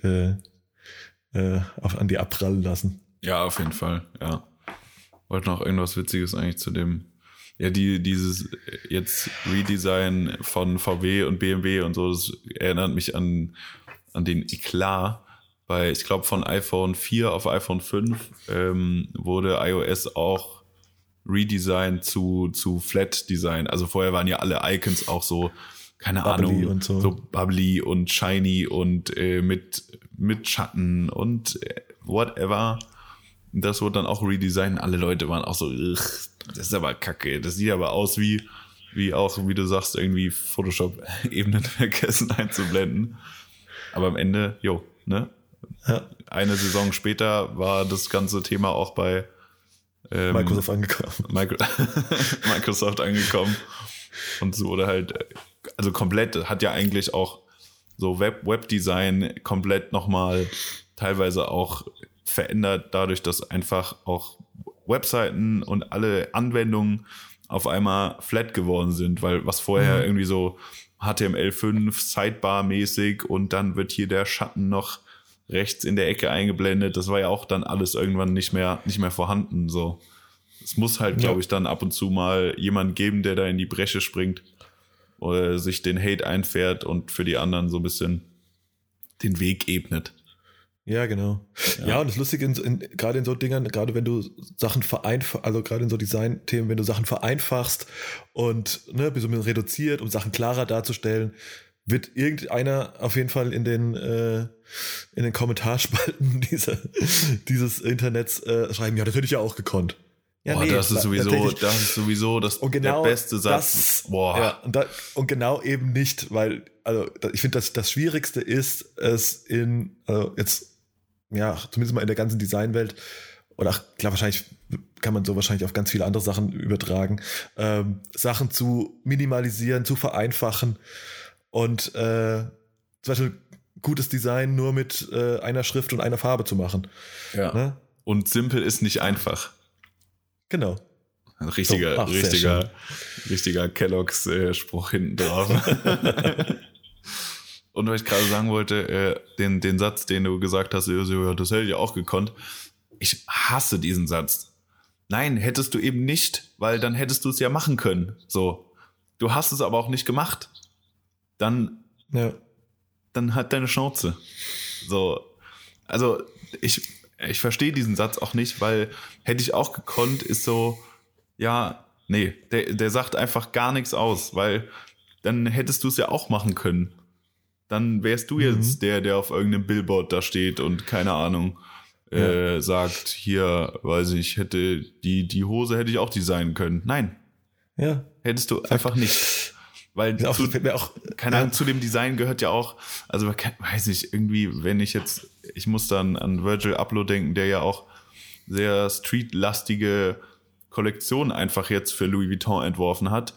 S1: an die abprallen lassen.
S2: Ja, auf jeden Fall, ja. Wollte noch irgendwas Witziges eigentlich zu dem, dieses jetzt Redesign von VW und BMW und so, das erinnert mich an den Eklat ich glaube von iPhone 4 auf iPhone 5 wurde iOS auch redesigned zu Flat Design. Also vorher waren ja alle Icons auch so, keine
S1: bubbly
S2: Ahnung,
S1: und
S2: so bubbly und shiny und mit Schatten und whatever. Das wurde dann auch redesigned. Alle Leute waren auch so, das ist aber kacke. Das sieht aber aus wie du sagst, irgendwie Photoshop-Ebenen vergessen einzublenden. Aber am Ende, ne? Ja. Eine Saison später war das ganze Thema auch bei
S1: Microsoft angekommen.
S2: Microsoft angekommen. Und so wurde halt, also komplett, hat ja eigentlich auch so Webdesign komplett nochmal teilweise auch verändert, dadurch, dass einfach auch Webseiten und alle Anwendungen auf einmal flat geworden sind, weil was vorher irgendwie so HTML5 Sidebar-mäßig und dann wird hier der Schatten noch rechts in der Ecke eingeblendet, das war ja auch dann alles irgendwann nicht mehr vorhanden, so. Es muss halt, glaube ich, dann ab und zu mal jemand geben, der da in die Bresche springt oder sich den Hate einfährt und für die anderen so ein bisschen den Weg ebnet.
S1: Ja, genau. Ja, und das Lustige, gerade in so Dingern, gerade wenn du Sachen also gerade in so Design-Themen, wenn du Sachen vereinfachst und ein bisschen reduziert, um Sachen klarer darzustellen, wird irgendeiner auf jeden Fall in den Kommentarspalten dieses Internets schreiben, das hätte ich ja auch gekonnt. Ja,
S2: das ist sowieso der beste Satz.
S1: Und genau eben nicht, weil, also ich finde, das Schwierigste ist, es zumindest mal in der ganzen Designwelt, oder klar, wahrscheinlich kann man so wahrscheinlich auf ganz viele andere Sachen übertragen, Sachen zu minimalisieren, zu vereinfachen und zum Beispiel gutes Design nur mit einer Schrift und einer Farbe zu machen.
S2: Ja. Ne? Und simpel ist nicht einfach.
S1: Genau.
S2: Ein richtiger Kellogg's Spruch hinten drauf. Und was ich gerade sagen wollte, den Satz, den du gesagt hast, das hätte ich auch gekonnt. Ich hasse diesen Satz. Nein, hättest du eben nicht, weil dann hättest du es ja machen können. So. Du hast es aber auch nicht gemacht. Dann hat deine Schnauze. So. Also, ich verstehe diesen Satz auch nicht, weil hätte ich auch gekonnt, ist so, ja, Nee, der sagt einfach gar nichts aus, weil dann hättest du es ja auch machen können. Dann wärst du jetzt der auf irgendeinem Billboard da steht und keine Ahnung sagt, hier, weiß ich, hätte die Hose hätte ich auch designen können. Nein.
S1: Ja.
S2: Hättest du einfach nicht. Weil keine Ahnung, zu dem Design gehört ja auch, also weiß nicht, irgendwie, wenn ich muss dann an Virgil Abloh denken, der ja auch sehr streetlastige Kollektion einfach jetzt für Louis Vuitton entworfen hat.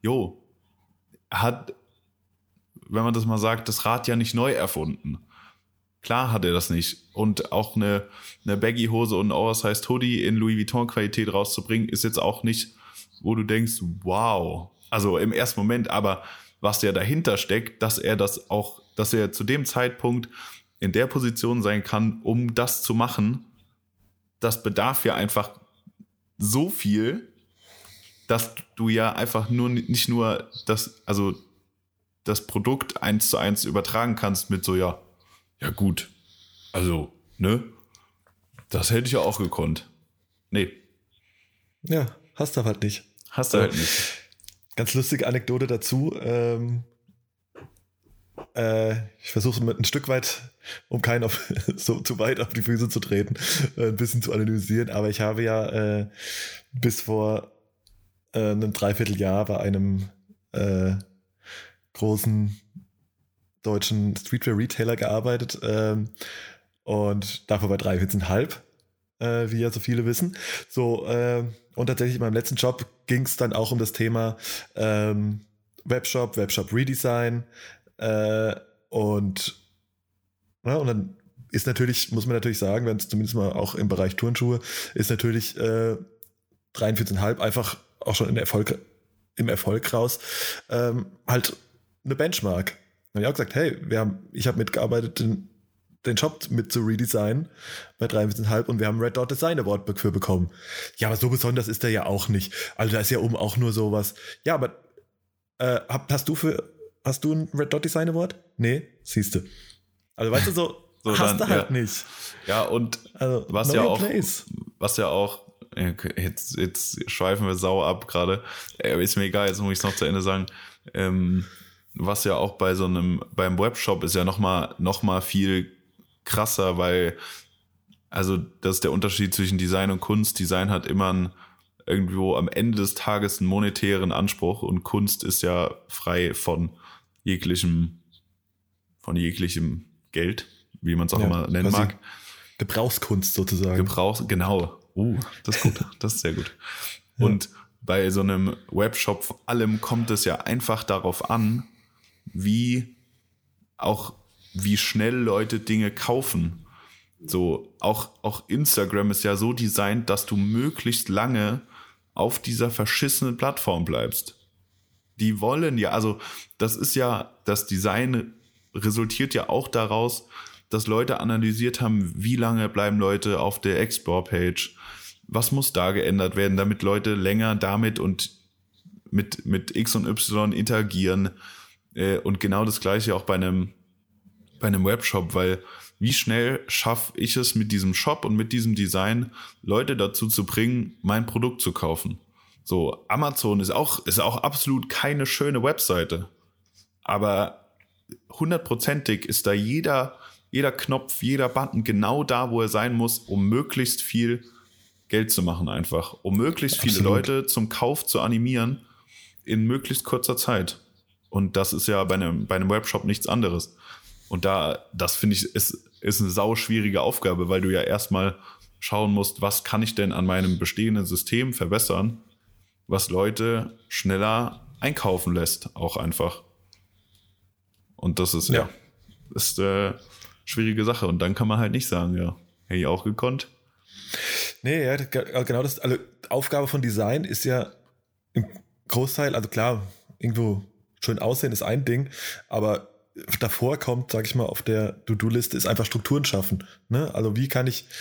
S2: Hat, wenn man das mal sagt, das Rad ja nicht neu erfunden. Klar hat er das nicht. Und auch eine Baggy-Hose und ein Oversized Hoodie in Louis Vuitton-Qualität rauszubringen, ist jetzt auch nicht, wo du denkst, wow. Also im ersten Moment, aber was ja dahinter steckt, dass er zu dem Zeitpunkt in der Position sein kann, um das zu machen, das bedarf ja einfach so viel, dass du ja einfach nicht nur das Produkt 1:1 übertragen kannst mit so, ja gut, also, ne, das hätte ich ja auch gekonnt. Nee.
S1: Ja, hast du halt nicht. Ganz lustige Anekdote dazu. Ich versuche es mit ein Stück weit, um keinen so zu weit auf die Füße zu treten, ein bisschen zu analysieren, aber ich habe ja bis vor einem Dreivierteljahr bei einem großen deutschen Streetwear-Retailer gearbeitet und davor bei 43,5, wie ja so viele wissen. Und tatsächlich in meinem letzten Job ging es dann auch um das Thema Webshop Redesign und dann ist natürlich, muss man natürlich sagen, wenn es zumindest mal auch im Bereich Turnschuhe ist natürlich 43,5 einfach auch schon im Erfolg raus halt eine Benchmark. Und ich habe auch gesagt, hey, ich habe mitgearbeitet, den Shop mit zu redesignen bei 43,5 und wir haben einen Red Dot Design Award dafür bekommen. Ja, aber so besonders ist der ja auch nicht. Also da ist ja auch nur sowas. Ja, aber hast du einen Red Dot Design Award? Nee, siehst du. Also weißt du, so hast du halt nicht.
S2: Ja, und
S1: also,
S2: was ja auch, jetzt schweifen wir sau ab gerade, ist mir egal, jetzt muss ich es noch zu Ende sagen, was ja auch beim Webshop ist ja noch mal viel krasser, weil, also das ist der Unterschied zwischen Design und Kunst. Design hat immer irgendwo am Ende des Tages einen monetären Anspruch und Kunst ist ja frei von jeglichem Geld, wie man es auch immer nennen mag.
S1: Gebrauchskunst sozusagen.
S2: Genau. Das ist gut. Das ist sehr gut. Ja. Und bei so einem Webshop vor allem kommt es ja einfach darauf an, wie schnell Leute Dinge kaufen. So, auch Instagram ist ja so designt, dass du möglichst lange auf dieser verschissenen Plattform bleibst. Die wollen ja, also das Design resultiert ja auch daraus, dass Leute analysiert haben, wie lange bleiben Leute auf der Explore-Page, was muss da geändert werden, damit Leute länger damit und mit X und Y interagieren. Und genau das Gleiche auch bei einem Webshop, weil wie schnell schaffe ich es mit diesem Shop und mit diesem Design, Leute dazu zu bringen, mein Produkt zu kaufen. So, Amazon ist auch absolut keine schöne Webseite. Aber 100%ig ist da jeder Knopf, jeder Button genau da, wo er sein muss, um möglichst viel Geld zu machen einfach. Um möglichst viele Leute zum Kauf zu animieren in möglichst kurzer Zeit. Und das ist ja bei einem Webshop nichts anderes. Und das finde ich, ist eine sau schwierige Aufgabe, weil du ja erstmal schauen musst, was kann ich denn an meinem bestehenden System verbessern, was Leute schneller einkaufen lässt, auch einfach. Und das ist ist eine schwierige Sache. Und dann kann man halt nicht sagen, ja, hätte ich auch gekonnt.
S1: Nee, ja, genau das. Also Aufgabe von Design ist ja im Großteil, also klar, irgendwo schön aussehen ist ein Ding, aber davor kommt, sag ich mal, auf der To-Do-Liste ist einfach Strukturen schaffen. Ne? Also wie kann ich,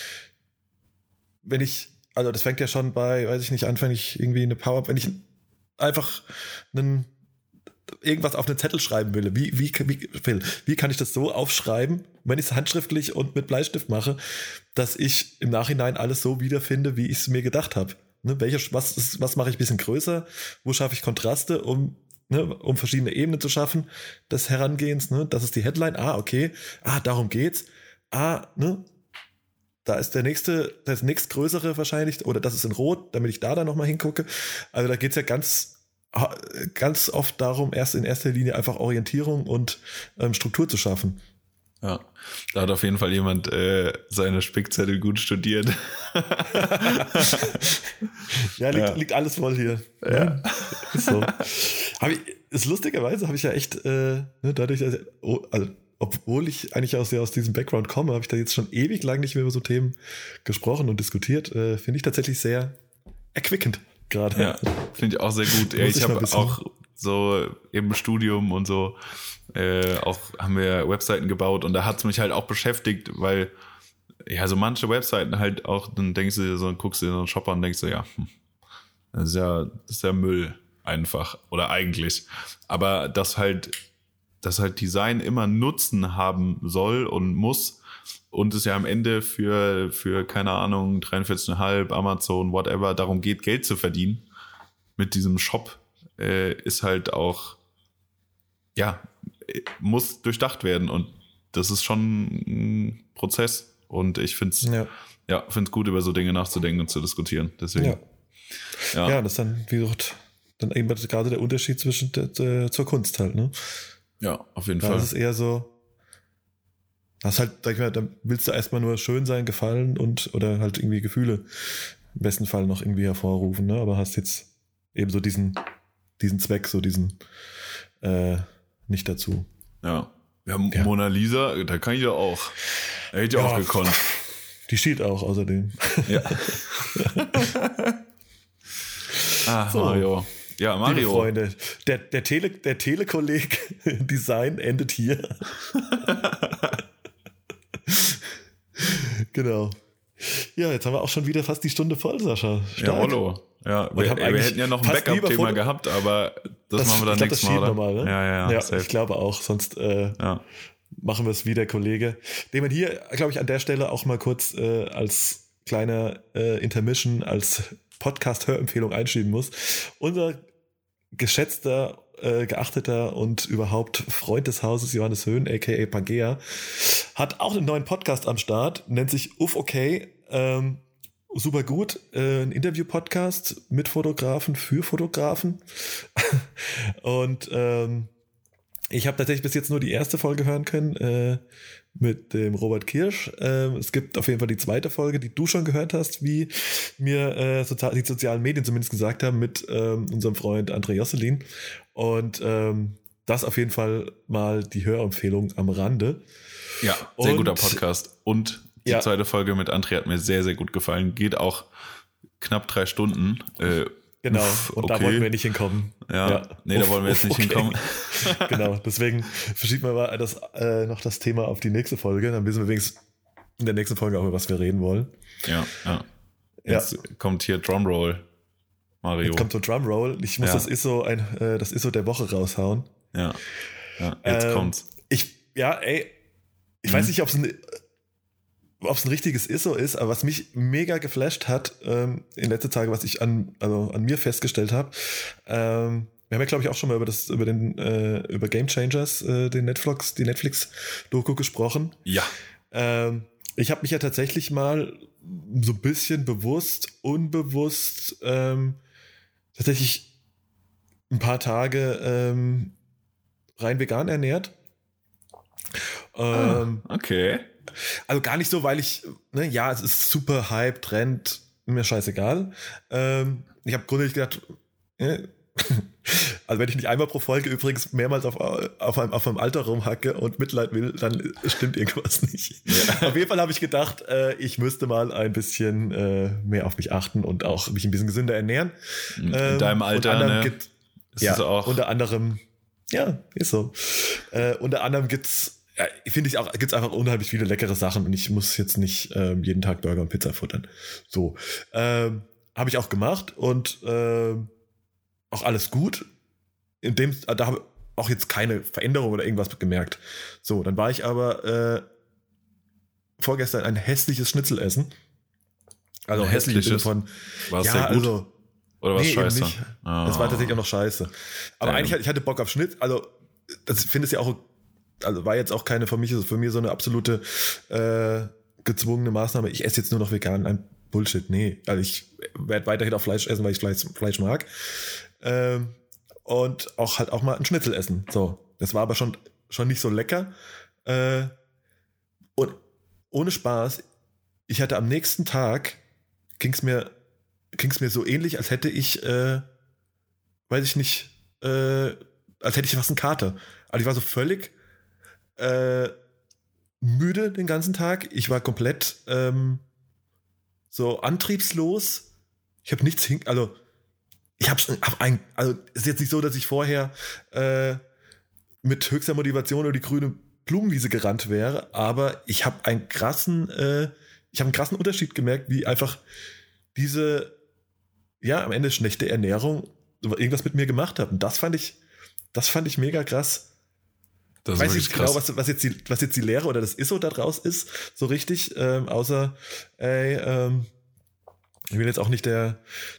S1: also das fängt ja schon bei, weiß ich nicht, anfänglich irgendwie eine Power, wenn ich einfach irgendwas auf einen Zettel schreiben will, wie kann ich das so aufschreiben, wenn ich es handschriftlich und mit Bleistift mache, dass ich im Nachhinein alles so wiederfinde, wie ich es mir gedacht habe. Ne, was mache ich ein bisschen größer? Wo schaffe ich Kontraste, um verschiedene Ebenen zu schaffen des Herangehens? Ne? Das ist die Headline. Okay. Darum geht's. Ne? Da ist das nächstgrößere wahrscheinlich, oder das ist in Rot, damit ich da dann nochmal hingucke. Also da geht's ja ganz oft darum, in erster Linie einfach Orientierung und Struktur zu schaffen.
S2: Ja, da hat auf jeden Fall jemand seine Spickzettel gut studiert.
S1: Liegt alles voll hier.
S2: Ja.
S1: So. Lustigerweise habe ich ja echt, dadurch, obwohl ich eigentlich aus diesem Background komme, habe ich da jetzt schon ewig lang nicht mehr über so Themen gesprochen und diskutiert. Finde ich tatsächlich sehr erquickend gerade.
S2: Ja, finde ich auch sehr gut. Ja, ich habe auch so im Studium und so haben wir Webseiten gebaut und da hat es mich halt auch beschäftigt, weil ja so manche Webseiten halt auch, dann denkst du dir so, guckst du dir so einen Shopper und denkst du, das ist ja Müll einfach oder eigentlich. Aber dass halt Design immer Nutzen haben soll und muss und es ja am Ende für keine Ahnung 43,5 Amazon whatever darum geht, Geld zu verdienen mit diesem Shop, ist halt auch muss durchdacht werden und das ist schon ein Prozess und ich finde es gut, über so Dinge nachzudenken und zu diskutieren. Deswegen.
S1: Ja, das ist dann, wie gesagt, dann eben gerade der Unterschied zwischen zur Kunst halt, ne?
S2: Ja, auf jeden Fall.
S1: Das ist eher so, das halt, sag ich mal, da willst du erstmal nur schön sein, gefallen oder halt irgendwie Gefühle im besten Fall noch irgendwie hervorrufen, ne? Aber hast jetzt eben so diesen Zweck, so diesen nicht dazu.
S2: Ja. Mona Lisa, da kann ich ja auch. Da hätte ich auch gekonnt.
S1: Die steht auch außerdem.
S2: Ja.
S1: So.
S2: Mario. Ja, Mario.
S1: Liebe Freunde, der Telekolleg Design endet hier. Genau. Ja, jetzt haben wir auch schon wieder fast die Stunde voll, Sascha.
S2: Stark. Ja, Rollo. Ja, wir hätten ja noch ein Backup-Thema gehabt, aber das machen wir dann nächstes Mal.
S1: Nochmal, ne?
S2: Ja,
S1: ich glaube auch, sonst machen wir es wieder, Kollege. Den man hier, glaube ich, an der Stelle auch mal kurz als kleiner Intermission, als Podcast-Hörempfehlung einschieben muss. Unser geschätzter, geachteter und überhaupt Freund des Hauses, Johannes Höhn, a.k.a. Pangea, hat auch einen neuen Podcast am Start, nennt sich Uff Okay, super gut, ein Interview-Podcast mit Fotografen für Fotografen und ich habe tatsächlich bis jetzt nur die erste Folge hören können mit dem Robert Kirsch. Es gibt auf jeden Fall die zweite Folge, die du schon gehört hast, wie mir die sozialen Medien zumindest gesagt haben, mit unserem Freund André Josselin. Und das auf jeden Fall mal die Hörempfehlung am Rande.
S2: Ja, sehr guter Podcast. Und die zweite Folge mit André hat mir sehr, sehr gut gefallen. Geht auch knapp 3 Stunden.
S1: Genau, und da wollten wir nicht hinkommen.
S2: Da wollen wir jetzt nicht hinkommen.
S1: Genau, deswegen verschieben wir mal noch das Thema auf die nächste Folge. Dann wissen wir wenigstens in der nächsten Folge auch, über was wir reden wollen.
S2: Ja. Jetzt kommt hier Drumroll, Mario.
S1: Jetzt kommt so Drumroll. Ich muss das ISO der Woche raushauen.
S2: Ja, jetzt kommt's.
S1: Ich weiß nicht, ob es ein richtiges ISO ist, aber was mich mega geflasht hat in letzter Tage, was ich an mir festgestellt habe, wir haben ja, glaube ich, auch schon mal über Game Changers, die Netflix-Doku gesprochen.
S2: Ja.
S1: Ich habe mich ja tatsächlich mal so ein bisschen bewusst, unbewusst tatsächlich ein paar Tage rein vegan ernährt.
S2: Okay.
S1: Also gar nicht so, weil ich, es ist super Hype, Trend, mir scheißegal. Ich habe grundsätzlich gedacht, also wenn ich nicht einmal pro Folge übrigens mehrmals auf einem Alter rumhacke und Mitleid will, dann stimmt irgendwas nicht. Ja. Auf jeden Fall habe ich gedacht, ich müsste mal ein bisschen mehr auf mich achten und auch mich ein bisschen gesünder ernähren.
S2: In deinem Alter,
S1: ist es auch. Unter anderem, ist so. Unter anderem gibt's einfach unheimlich viele leckere Sachen und ich muss jetzt nicht jeden Tag Burger und Pizza futtern. So. Habe ich auch gemacht und auch alles gut. Da habe ich auch jetzt keine Veränderung oder irgendwas gemerkt. So, dann war ich aber vorgestern ein hässliches Schnitzel essen. Also hässlich im Sinne von,
S2: war es sehr gut?
S1: Also,
S2: oder was scheiße?
S1: Eben nicht. Das war tatsächlich auch noch scheiße. Aber eigentlich, ich hatte Bock auf Schnitt. Also, das finde ich ja auch, also war jetzt auch keine für mich so eine absolute gezwungene Maßnahme. Ich esse jetzt nur noch vegan. Ein Bullshit. Nee. Also ich werde weiterhin auch Fleisch essen, weil ich Fleisch mag. Und auch halt auch mal ein Schnitzel essen. So. Das war aber schon nicht so lecker. Und ohne Spaß, ich hatte am nächsten Tag, ging's mir so ähnlich, als hätte ich, weiß ich nicht, als hätte ich fast einen Kater. Also ich war so völlig müde den ganzen Tag. Ich war komplett so antriebslos. Ich habe nichts also ist jetzt nicht so, dass ich vorher mit höchster Motivation über die grüne Blumenwiese gerannt wäre, aber ich habe einen krassen Unterschied gemerkt, wie einfach diese, ja, am Ende schlechte Ernährung irgendwas mit mir gemacht hat. Und das fand ich mega krass.
S2: Das
S1: ich weiß nicht genau, was jetzt die Lehre oder das ISO da draus ist, so richtig, außer, ich will jetzt auch nicht der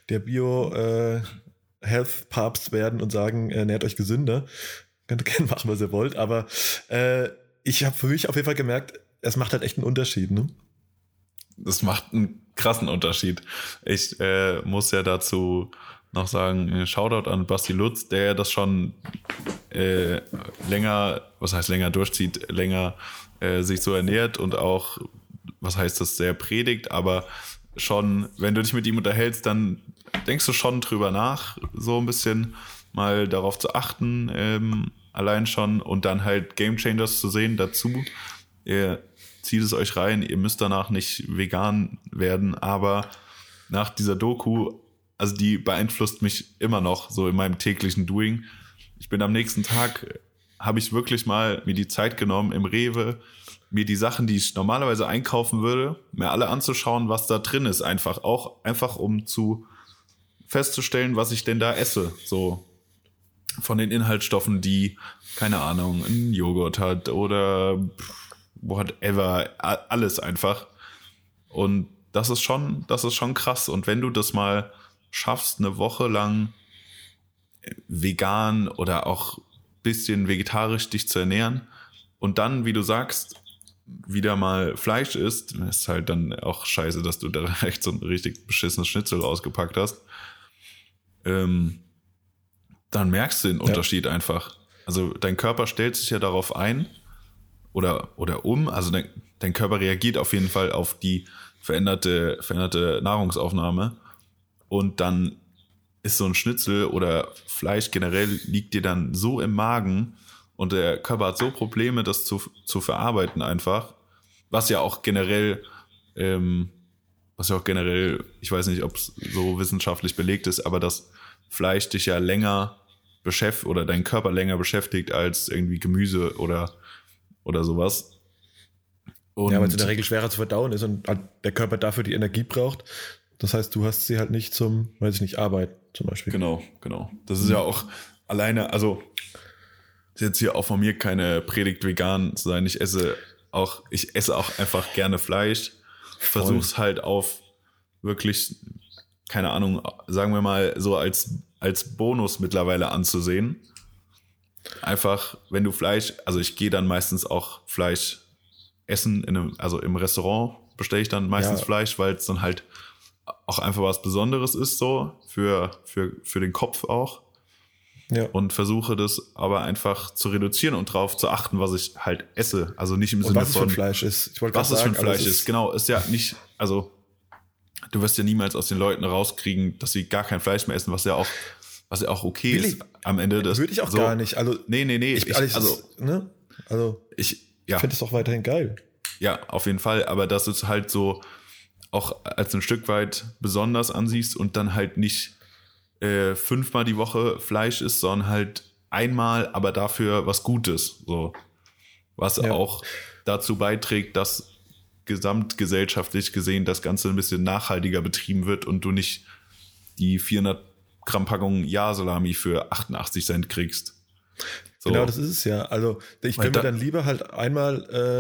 S1: Bio-Health-Papst werden und sagen, nährt euch gesünder. Könnt ihr gerne machen, was ihr wollt, aber ich habe für mich auf jeden Fall gemerkt, es macht halt echt einen Unterschied, ne?
S2: Das macht einen krassen Unterschied. Ich muss ja dazu noch sagen, Shoutout an Basti Lutz, der das schon länger durchzieht, länger sich so ernährt und auch, was heißt das, sehr predigt, aber schon, wenn du dich mit ihm unterhältst, dann denkst du schon drüber nach, so ein bisschen mal darauf zu achten, allein schon, und dann halt Game Changers zu sehen dazu. Ihr zieht es euch rein, ihr müsst danach nicht vegan werden, aber nach dieser Doku, also die beeinflusst mich immer noch so in meinem täglichen Doing. Ich bin am nächsten Tag, habe ich wirklich mal mir die Zeit genommen, im Rewe mir die Sachen, die ich normalerweise einkaufen würde, mir alle anzuschauen, was da drin ist, einfach um festzustellen, was ich denn da esse, so von den Inhaltsstoffen, die, keine Ahnung, ein Joghurt hat oder whatever, alles einfach. Und das ist schon krass. Und wenn du das mal schaffst, eine Woche lang vegan oder auch ein bisschen vegetarisch dich zu ernähren und dann, wie du sagst, wieder mal Fleisch isst, ist halt dann auch scheiße, dass du da echt so ein richtig beschissenes Schnitzel ausgepackt hast. Dann merkst du den Unterschied einfach. Also dein Körper stellt sich ja darauf ein oder um, also dein Körper reagiert auf jeden Fall auf die veränderte Nahrungsaufnahme und dann ist so ein Schnitzel oder Fleisch generell liegt dir dann so im Magen und der Körper hat so Probleme, das zu verarbeiten einfach, was ja auch generell, ich weiß nicht, ob es so wissenschaftlich belegt ist, aber das Fleisch dich ja länger beschäftigt oder deinen Körper länger beschäftigt als irgendwie Gemüse oder sowas. Und
S1: weil es in der Regel schwerer zu verdauen ist und der Körper dafür die Energie braucht. Das heißt, du hast sie halt nicht zum, weiß ich nicht, Arbeit zum Beispiel.
S2: Genau. Das ist ja auch alleine, also ist jetzt hier auch von mir keine Predigt, vegan zu sein. Ich esse auch einfach gerne Fleisch. Versuch's halt auf wirklich, keine Ahnung, sagen wir mal so als Bonus mittlerweile anzusehen. Einfach, wenn du Fleisch, also ich gehe dann meistens auch Fleisch essen, im Restaurant bestelle ich dann meistens Fleisch, weil es dann halt auch einfach was Besonderes ist, so für den Kopf auch. Ja. Und versuche das aber einfach zu reduzieren und drauf zu achten, was ich halt esse. Also nicht im Sinne
S1: was
S2: von
S1: es für Fleisch ist. Ich wollte
S2: was es für ein Fleisch ist. Genau, ist ja nicht, also du wirst ja niemals aus den Leuten rauskriegen, dass sie gar kein Fleisch mehr essen, was ja auch okay ist am Ende. Das
S1: würde ich auch so, gar nicht. Also,
S2: nee. Ich
S1: finde es doch weiterhin geil.
S2: Ja, auf jeden Fall. Aber dass du es halt so auch als ein Stück weit besonders ansiehst und dann halt nicht 5-mal die Woche Fleisch isst, sondern halt einmal, aber dafür was Gutes. So. Was auch dazu beiträgt, dass gesamtgesellschaftlich gesehen das Ganze ein bisschen nachhaltiger betrieben wird und du nicht die 400 Gramm Packung Ja-Salami für 88 Cent kriegst. So.
S1: Genau, das ist es ja. Also ich könnte mir dann lieber halt einmal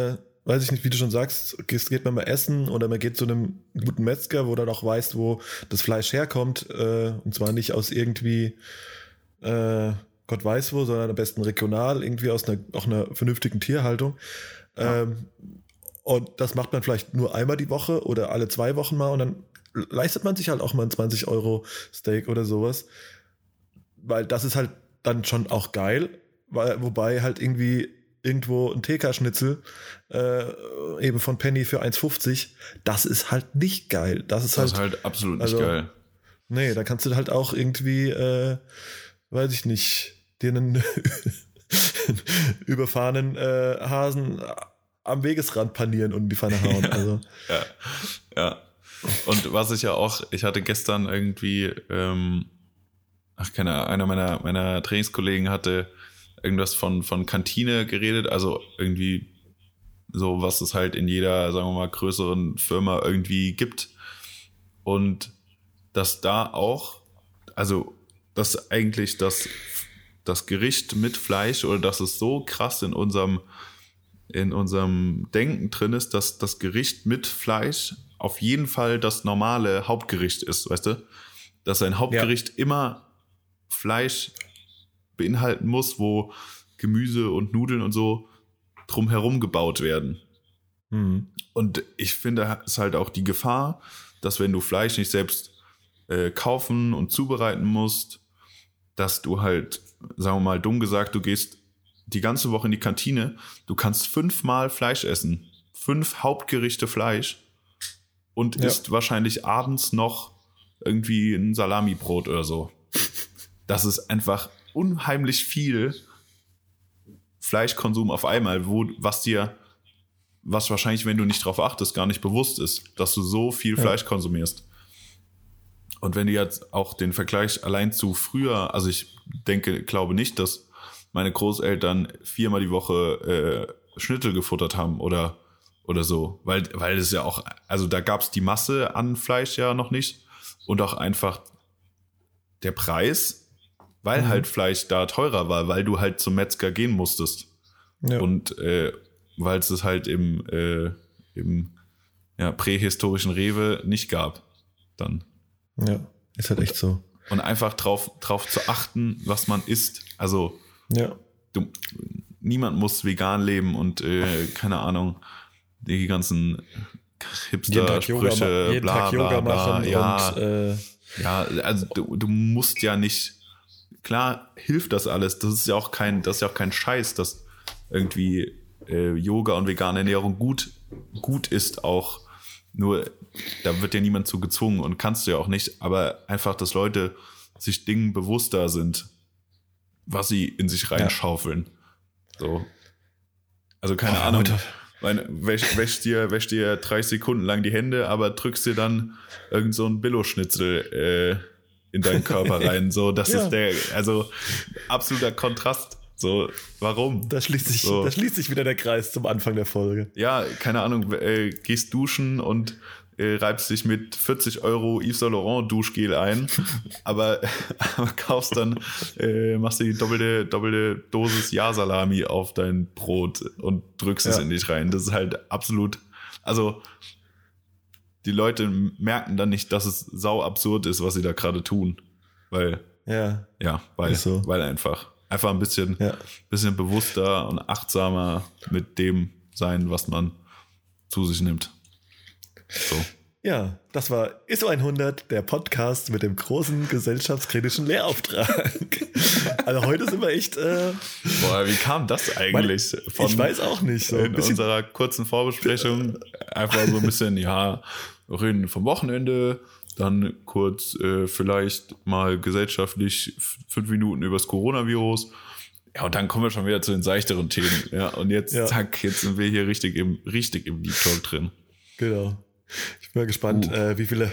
S1: weiß ich nicht, wie du schon sagst, geht man mal essen oder man geht zu einem guten Metzger, wo du auch weißt, wo das Fleisch herkommt, und zwar nicht aus irgendwie Gott weiß wo, sondern am besten regional, irgendwie aus einer vernünftigen Tierhaltung.
S2: Ja.
S1: Und das macht man vielleicht nur einmal die Woche oder alle 2 Wochen mal und dann leistet man sich halt auch mal ein 20€ Steak oder sowas. Weil das ist halt dann schon auch geil, wobei halt irgendwie irgendwo ein TK-Schnitzel eben von Penny für 1,50, das ist halt nicht geil. Das ist
S2: halt absolut nicht geil.
S1: Nee, da kannst du halt auch irgendwie, weiß ich nicht, dir einen überfahrenen Hasen am Wegesrand panieren und in die Pfanne hauen. Also.
S2: Ja. Und was ich hatte gestern irgendwie, einer meiner Trainingskollegen hatte irgendwas von Kantine geredet, also irgendwie so, was es halt in jeder, sagen wir mal, größeren Firma irgendwie gibt. Und dass da auch, also dass eigentlich das Gericht mit Fleisch oder dass es so krass in unserem Denken drin ist, dass das Gericht mit Fleisch auf jeden Fall das normale Hauptgericht ist, weißt du? Dass ein Hauptgericht immer Fleisch beinhalten muss, wo Gemüse und Nudeln und so drumherum gebaut werden.
S1: Mhm.
S2: Und ich finde, es ist halt auch die Gefahr, dass wenn du Fleisch nicht selbst kaufen und zubereiten musst, dass du halt, sagen wir mal, dumm gesagt, du gehst die ganze Woche in die Kantine, du kannst 5-mal Fleisch essen, 5 Hauptgerichte Fleisch und isst wahrscheinlich abends noch irgendwie ein Salamibrot oder so. Das ist einfach unheimlich viel Fleischkonsum auf einmal, was wahrscheinlich, wenn du nicht drauf achtest, gar nicht bewusst ist, dass du so viel Fleisch konsumierst. Und wenn du jetzt auch den Vergleich allein zu früher, also ich glaube nicht, dass meine Großeltern 4-mal die Woche Schnitzel gefuttert haben oder so, weil es ja auch, also da gab es die Masse an Fleisch ja noch nicht und auch einfach der Preis, weil halt Fleisch da teurer war, weil du halt zum Metzger gehen musstest. Ja. Und weil es das halt im prähistorischen Rewe nicht gab. Dann.
S1: Ja, ist halt echt so.
S2: Und einfach drauf zu achten, was man isst. Also niemand muss vegan leben und keine Ahnung, die ganzen Hipster-Sprüche, bla bla bla. Ja, also du musst ja nicht, klar hilft das alles, das ist ja auch kein Scheiß, dass irgendwie Yoga und vegane Ernährung gut ist auch, nur da wird ja niemand zu gezwungen und kannst du ja auch nicht, aber einfach, dass Leute sich Dingen bewusster sind, was sie in sich reinschaufeln. So. Also keine Ahnung, wäsch dir 30 Sekunden lang die Hände, aber drückst dir dann irgend so ein Billo-Schnitzel in deinen Körper rein. So, das ist also absoluter Kontrast. So, warum?
S1: Da schließt sich wieder der Kreis zum Anfang der Folge.
S2: Ja, keine Ahnung, gehst duschen und reibst dich mit 40 € Yves Saint Laurent Duschgel ein, aber kaufst dann, machst dir die doppelte Dosis Ja-Salami auf dein Brot und drückst es in dich rein. Das ist halt absolut, also die Leute merken dann nicht, dass es sau absurd ist, was sie da gerade tun, weil einfach ein bisschen bewusster und achtsamer mit dem sein, was man zu sich nimmt. So.
S1: Ja, das war ISO 100, der Podcast mit dem großen gesellschaftskritischen Lehrauftrag. Also heute sind wir echt...
S2: wie kam das eigentlich?
S1: Ich weiß auch nicht. So
S2: in unserer kurzen Vorbesprechung einfach so ein bisschen, reden vom Wochenende, dann kurz vielleicht mal gesellschaftlich 5 Minuten über das Coronavirus. Ja, und dann kommen wir schon wieder zu den seichteren Themen. Ja, und jetzt, zack, jetzt sind wir hier richtig im Deep Talk drin.
S1: Genau. Ich bin mal gespannt, wie viele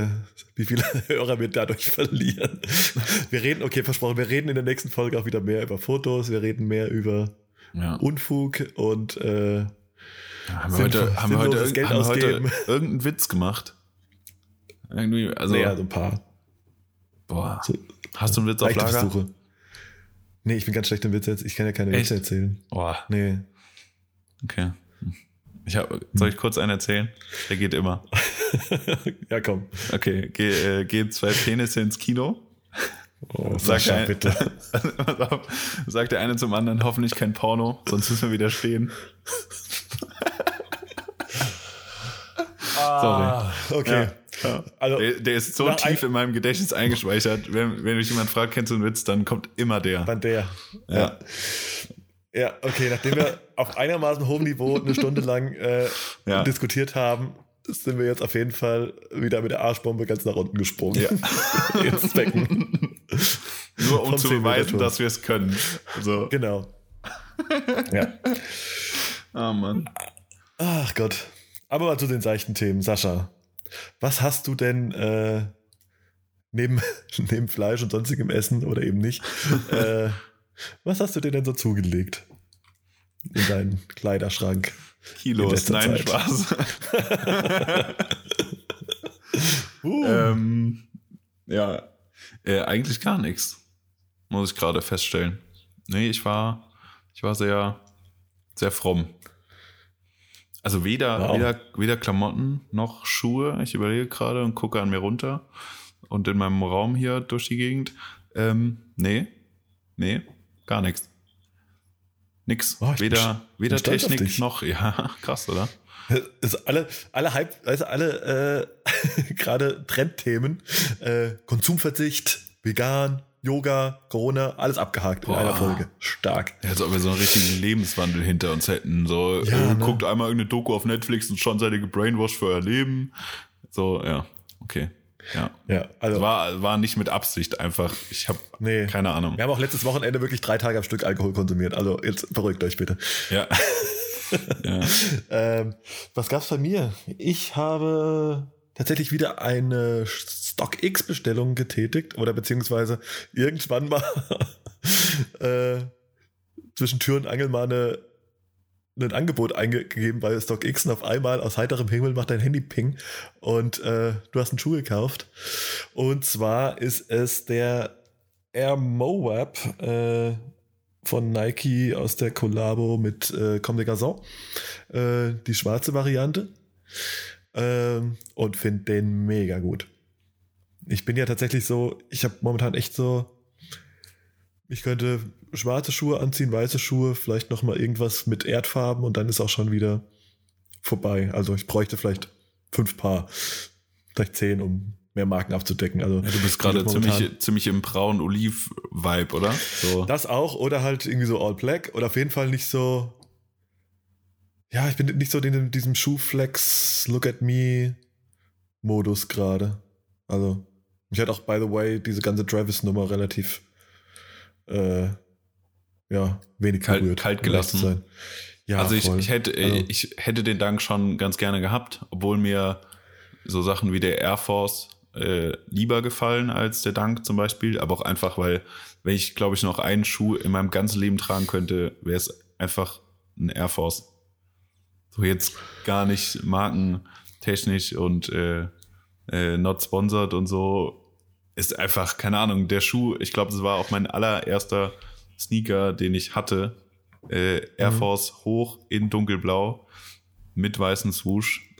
S1: Hörer wir dadurch verlieren. Wir reden in der nächsten Folge auch wieder mehr über Fotos, wir reden mehr über Unfug und
S2: haben wir heute irgendeinen Witz gemacht? Irgendwie, also
S1: so ein paar.
S2: Boah. Hast du einen Witz auf Lager?
S1: Versuche. Nee, ich bin ganz schlecht im Witz jetzt. Ich kann ja keine Witze erzählen.
S2: Boah.
S1: Nee.
S2: Okay. Soll ich kurz einen erzählen? Der geht immer.
S1: Ja, komm.
S2: Okay, gehen zwei Penisse ins Kino.
S1: Oh, Sascha, bitte.
S2: Sagt der eine zum anderen, hoffentlich kein Porno, sonst müssen wir wieder stehen. Sorry.
S1: Okay.
S2: Ja.
S1: Also,
S2: der ist so tief in meinem Gedächtnis eingespeichert. Wenn mich jemand fragt, kennst du einen Witz, dann kommt immer der.
S1: Dann der.
S2: Ja.
S1: Ja, okay, nachdem wir auf einigermaßen hohem Niveau eine Stunde lang diskutiert haben, sind wir jetzt auf jeden Fall wieder mit der Arschbombe ganz nach unten gesprungen. Ja. Ins Becken.
S2: Nur um zu beweisen, dass wir es können. So.
S1: Genau. Ja.
S2: Oh Mann.
S1: Ach Gott. Aber mal zu den seichten Themen. Sascha, was hast du denn neben Fleisch und sonstigem Essen oder eben nicht, was hast du dir denn so zugelegt in deinen Kleiderschrank?
S2: Kilos, nein, Zeit? Spaß. Ja, eigentlich gar nichts, muss ich gerade feststellen. Nee, ich war sehr, sehr fromm. Also weder Klamotten noch Schuhe. Ich überlege gerade und gucke an mir runter und in meinem Raum hier durch die Gegend. Nee, gar nichts. Nix. Oh, weder Technik noch. Ja, krass, oder?
S1: Ist alle gerade Trendthemen. Konsumverzicht, vegan, Yoga, Corona, alles abgehakt in einer Folge. Stark.
S2: Ja, als ob wir so einen richtigen Lebenswandel hinter uns hätten. So, guckt einmal irgendeine Doku auf Netflix und schon seid ihr gebrainwashed für euer Leben. So, ja, okay. Ja, also war nicht mit Absicht einfach. Ich habe keine Ahnung.
S1: Wir haben auch letztes Wochenende wirklich 3 Tage am Stück Alkohol konsumiert. Also jetzt beruhigt euch bitte.
S2: Ja.
S1: Was gab's bei mir? Ich habe tatsächlich wieder eine StockX-Bestellung getätigt oder beziehungsweise irgendwann mal zwischen Tür und Angel mal ein Angebot eingegeben bei StockX und auf einmal aus heiterem Himmel macht dein Handy Ping und du hast einen Schuh gekauft. Und zwar ist es der Air Moab von Nike aus der Kollabo mit Comme des Garçons. Die schwarze Variante. Und finde den mega gut. Ich bin ja tatsächlich so, ich habe momentan echt so, ich könnte schwarze Schuhe anziehen, weiße Schuhe, vielleicht nochmal irgendwas mit Erdfarben und dann ist auch schon wieder vorbei. Also ich bräuchte vielleicht 5 Paar, vielleicht 10, um mehr Marken abzudecken. Also
S2: ja, du bist gerade ziemlich im braun-oliv-Vibe, oder? So.
S1: Das auch, oder halt irgendwie so all black oder auf jeden Fall nicht so, ja, ich bin nicht so in diesem Schuhflex, Look at me Modus gerade. Also mich hat auch, by the way, diese ganze Travis-Nummer relativ wenig
S2: kalt gelassen.
S1: Sein. Ja,
S2: also ich hätte den Dank schon ganz gerne gehabt, obwohl mir so Sachen wie der Air Force lieber gefallen als der Dank zum Beispiel, aber auch einfach, weil wenn ich, glaube ich, noch einen Schuh in meinem ganzen Leben tragen könnte, wäre es einfach ein Air Force. So jetzt gar nicht markentechnisch und not sponsored und so, ist einfach, keine Ahnung, der Schuh, ich glaube, das war auch mein allererster Sneaker, den ich hatte. Air Force hoch in dunkelblau mit weißem Swoosh.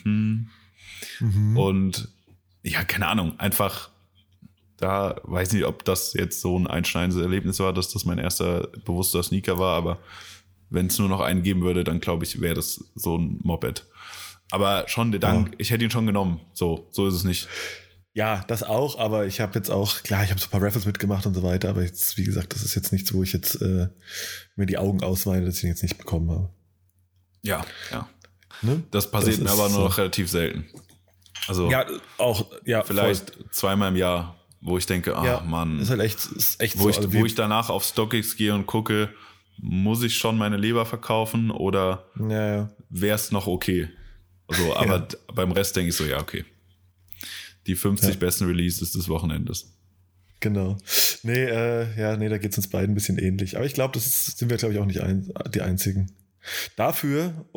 S2: Und ja, keine Ahnung, einfach da, weiß nicht, ob das jetzt so ein einschneidendes Erlebnis war, dass das mein erster bewusster Sneaker war, aber wenn es nur noch einen geben würde, dann glaube ich, wäre das so ein Moped. Aber schon der Dank, ich hätte ihn schon genommen. So ist es nicht.
S1: Ja, das auch, aber ich habe jetzt auch, klar, ich habe so ein paar Raffles mitgemacht und so weiter, aber jetzt, wie gesagt, das ist jetzt nichts, wo ich jetzt mir die Augen ausweine, dass ich ihn jetzt nicht bekommen habe.
S2: Ja. Ne? Das passiert mir aber nur noch relativ selten. Also vielleicht voll. 2-mal im Jahr, wo ich denke, Mann.
S1: Ist halt echt
S2: wo ich danach auf StockX gehe und gucke, muss ich schon meine Leber verkaufen oder wäre es noch okay? Also, aber beim Rest denke ich so, ja, okay. Die 50 besten Releases des Wochenendes.
S1: Genau. Nee, da geht es uns beiden ein bisschen ähnlich. Aber ich glaube, sind wir, glaube ich, auch nicht die Einzigen. Dafür,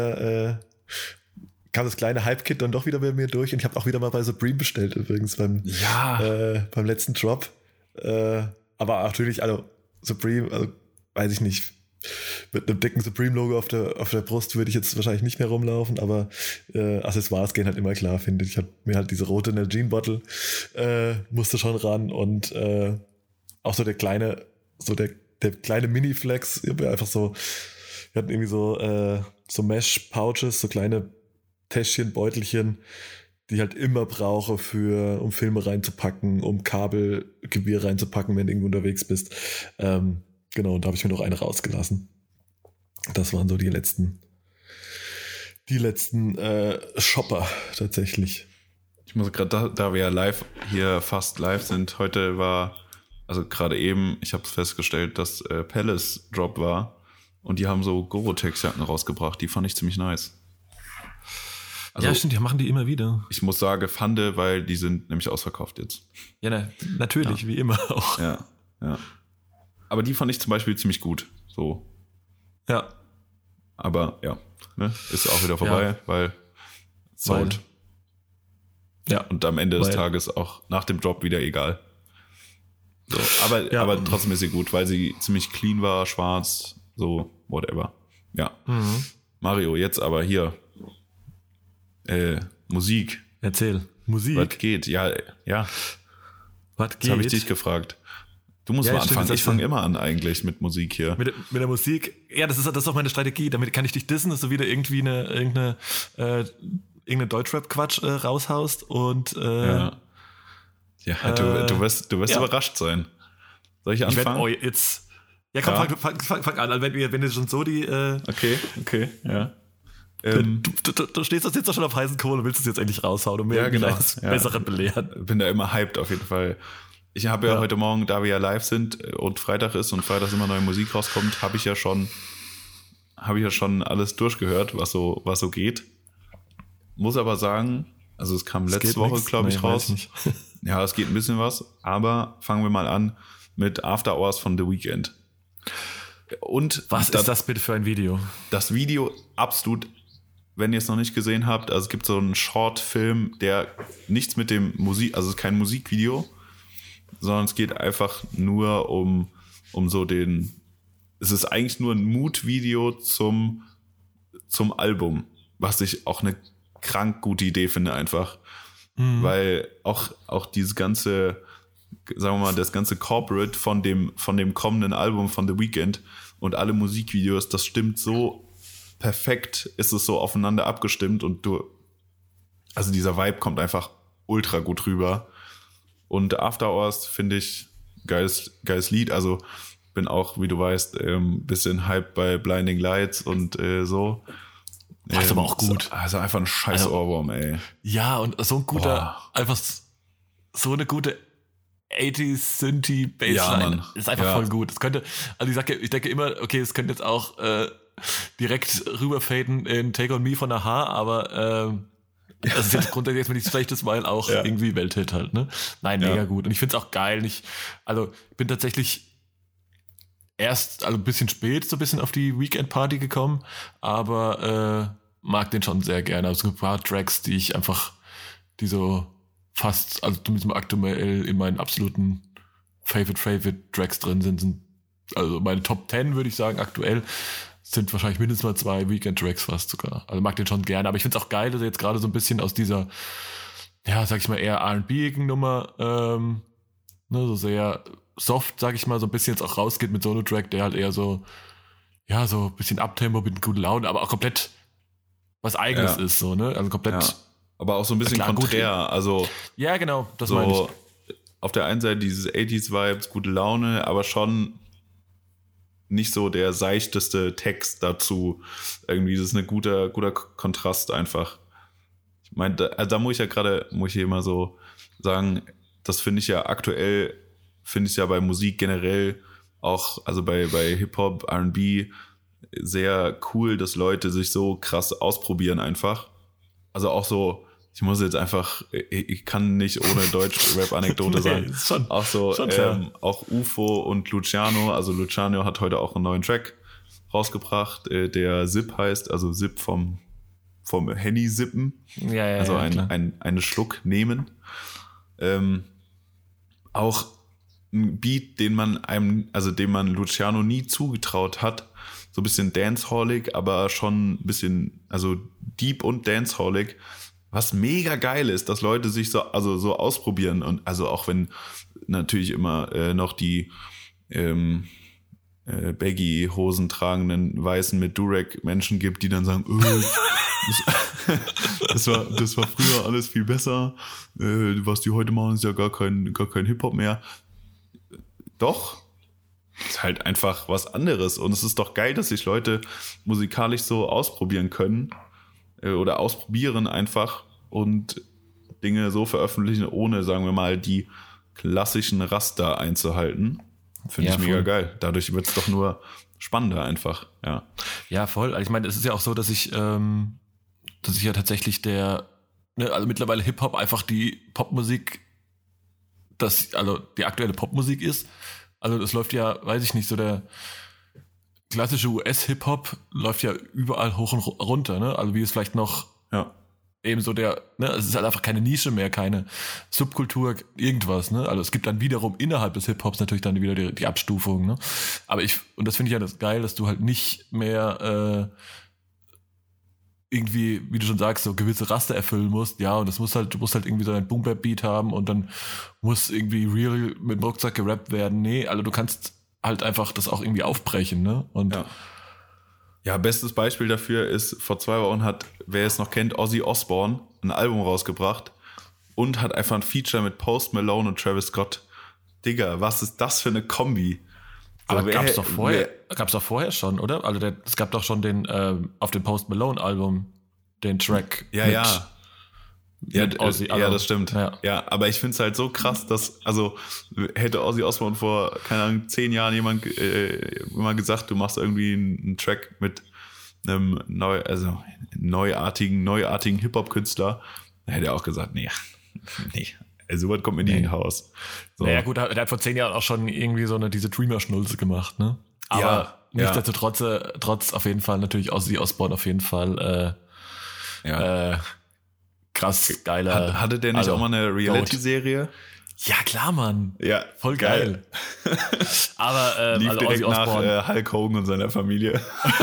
S1: kam das kleine Hype-Kit dann doch wieder bei mir durch und ich habe auch wieder mal bei Supreme bestellt übrigens beim letzten Drop. Aber natürlich, also Supreme, also weiß ich nicht, mit einem dicken Supreme-Logo auf der Brust würde ich jetzt wahrscheinlich nicht mehr rumlaufen, aber Accessoires gehen halt immer klar, finde ich. Ich habe mir halt diese rote Nalgene-Bottle musste schon ran und auch so der kleine Mini-Flex, einfach so, wir hatten irgendwie so Mesh-Pouches, so kleine Täschchen, Beutelchen, die ich halt immer brauche, um Filme reinzupacken, um Kabelgewehr reinzupacken, wenn du irgendwo unterwegs bist. Genau, und da habe ich mir noch eine rausgelassen. Das waren so die letzten Shopper tatsächlich.
S2: Ich muss gerade, da wir ja fast live sind, heute war, also gerade eben, ich habe es festgestellt, dass Palace Drop war und die haben so Gore-Tex-Jacken rausgebracht. Die fand ich ziemlich nice. Also,
S3: ja, stimmt, die machen die immer wieder.
S2: Ich muss sagen, Fande, weil die sind nämlich ausverkauft jetzt.
S3: Ja, natürlich, ja. Wie immer auch.
S2: Ja. Aber die fand ich zum Beispiel ziemlich gut. So.
S3: Ja.
S2: Aber ja, ne, ist auch wieder vorbei, weil sold. Ja. Und am Ende des Tages auch nach dem Drop wieder egal. So, aber trotzdem ist sie gut, weil sie ziemlich clean war, schwarz, so, whatever. Ja. Mhm. Mario, jetzt aber hier. Musik.
S3: Erzähl. Musik.
S2: Was geht? Ja.
S3: Was geht?
S2: Das habe ich dich gefragt. Du musst mal anfangen. Ich fange immer an eigentlich mit Musik hier.
S3: Mit der Musik. Ja, das ist auch meine Strategie. Damit kann ich dich dissen, dass du wieder irgendwie irgendeine Deutschrap-Quatsch raushaust und
S2: du wirst überrascht sein. Soll ich anfangen?
S3: Jetzt. Ja, komm, fang an. Wenn du schon so die.
S2: Okay, ja.
S3: Du stehst jetzt doch schon auf heißen Kohle und willst es jetzt endlich raushauen und mir eines Besseren belehren.
S2: Bin da immer hyped auf jeden Fall. Ich habe ja heute Morgen, da wir ja live sind und Freitag ist und freitags immer neue Musik rauskommt, habe ich ja schon alles durchgehört, was so geht. Muss aber sagen, also es kam letzte Woche, glaube ich, raus. Ja, es geht ein bisschen was, aber fangen wir mal an mit After Hours von The Weeknd. Und
S3: was ist das bitte für ein Video?
S2: Das Video absolut, wenn ihr es noch nicht gesehen habt, also es gibt so einen Short-Film, der nichts mit dem also es ist kein Musikvideo, sondern es geht einfach nur um so es ist eigentlich nur ein Mood-Video zum Album, was ich auch eine krank gute Idee finde einfach, weil auch dieses ganze, sagen wir mal, das ganze Corporate von dem kommenden Album von The Weeknd und alle Musikvideos, das stimmt so perfekt, ist es so aufeinander abgestimmt und also dieser Vibe kommt einfach ultra gut rüber. Und After Hours finde ich geiles Lied, also bin auch, wie du weißt, bisschen hyped bei Blinding Lights und so.
S3: Das ist aber auch gut.
S2: Also einfach ein scheiß Ohrwurm, ey.
S3: Ja, und so ein guter, einfach so eine gute 80s Synthi Bassline ist einfach voll gut. Es könnte, also ich denke immer, okay, es könnte jetzt auch direkt rüberfaden in Take On Me von Aha, aber das ist jetzt grundsätzlich jetzt nichts Schlechtes, weil auch irgendwie Welthit halt, ne? Nein, mega gut. Und ich finde es auch geil. Ich bin tatsächlich erst, ein bisschen spät, so ein bisschen auf die Weekend-Party gekommen, aber mag den schon sehr gerne. Also ein paar Tracks, die so fast, also zumindest aktuell in meinen absoluten Favorite Tracks drin sind also meine Top 10, würde ich sagen, aktuell sind wahrscheinlich mindestens mal 2 Weekend-Tracks fast sogar. Also mag den schon gerne, aber ich finde es auch geil, dass er jetzt gerade so ein bisschen aus dieser, ja, sag ich mal, eher R&B-igen Nummer, so sehr soft, sag ich mal, so ein bisschen jetzt auch rausgeht mit Solo-Track, der halt eher so, ja, so ein bisschen Uptempo mit guter Laune, aber auch komplett was Eigenes ist, so, ne? Also komplett. Ja.
S2: Aber auch so ein bisschen konträr, also.
S3: Ja, genau, das
S2: so
S3: meine ich.
S2: Auf der einen Seite dieses 80s-Vibes, gute Laune, aber schon nicht so der seichteste Text dazu. Irgendwie, das ist ein guter Kontrast einfach. Ich meine, da muss ich immer so sagen, das finde ich ja aktuell, bei Musik generell auch, also bei Hip-Hop, R&B sehr cool, dass Leute sich so krass ausprobieren einfach. Also auch so, ich muss jetzt einfach, ich kann nicht ohne Deutsch-Rap-Anekdote sagen.
S3: Schon,
S2: auch so, auch UFO und Luciano. Also Luciano hat heute auch einen neuen Track rausgebracht, der Zip heißt, also Zip vom Henny sippen.
S3: Ja,
S2: also einen Schluck nehmen. Auch ein Beat, dem man Luciano nie zugetraut hat. So ein bisschen dancehallig, aber schon ein bisschen, also deep und dancehallig. Was mega geil ist, dass Leute sich so ausprobieren. Und also auch wenn natürlich immer noch die Baggy-Hosen tragenden Weißen mit Durag-Menschen gibt, die dann sagen, das war früher alles viel besser. Was die heute machen, ist ja gar kein Hip-Hop mehr. Doch, ist halt einfach was anderes. Und es ist doch geil, dass sich Leute musikalisch so ausprobieren können oder ausprobieren einfach und Dinge so veröffentlichen, ohne, sagen wir mal, die klassischen Raster einzuhalten. Finde ich mega geil. Dadurch wird es doch nur spannender einfach.
S3: Ja, voll. Also ich meine, es ist ja auch so, dass ich ja tatsächlich also mittlerweile Hip-Hop einfach die Popmusik, also die aktuelle Popmusik ist. Also das läuft ja, weiß ich nicht, so der klassische US-Hip-Hop läuft ja überall hoch und runter, ne? Also wie es vielleicht noch eben so es ist halt einfach keine Nische mehr, keine Subkultur, irgendwas, ne? Also es gibt dann wiederum innerhalb des Hip-Hops natürlich dann wieder die Abstufung, ne? Aber und das finde ich ja das geil, dass du halt nicht mehr irgendwie, wie du schon sagst, so gewisse Raster erfüllen musst, und du musst halt irgendwie so einen Boom-Bap-Beat haben und dann muss irgendwie real mit dem Rucksack gerappt werden. Nee, also du kannst halt einfach das auch irgendwie aufbrechen, ne? Und
S2: ja, bestes Beispiel dafür ist, vor 2 Wochen hat, wer es noch kennt, Ozzy Osbourne ein Album rausgebracht und hat einfach ein Feature mit Post Malone und Travis Scott. Digga, was ist das für eine Kombi?
S3: Aber gab's doch vorher schon, oder? Also es gab doch schon den auf dem Post Malone Album den Track mit Ozzy.
S2: Ja, das stimmt. Ja, aber ich finde es halt so krass, dass, also hätte Ozzy Osbourne vor, keine Ahnung, 10 Jahren jemand immer gesagt, du machst irgendwie einen Track mit einem neuartigen Hip-Hop-Künstler, dann hätte er auch gesagt, nee. Also was kommt mir nie in Haus. So.
S3: Naja gut, er hat vor 10 Jahren auch schon irgendwie diese Dreamer-Schnulze gemacht, ne? Aber nichtsdestotrotz trotz auf jeden Fall natürlich Ozzy Osbourne auf jeden Fall krass geiler.
S2: Hatte der nicht auch mal eine Reality-Serie?
S3: Ja, klar, Mann.
S2: Ja.
S3: Voll geil. Aber
S2: lief direkt Ozzy nach Hulk Hogan und seiner Familie.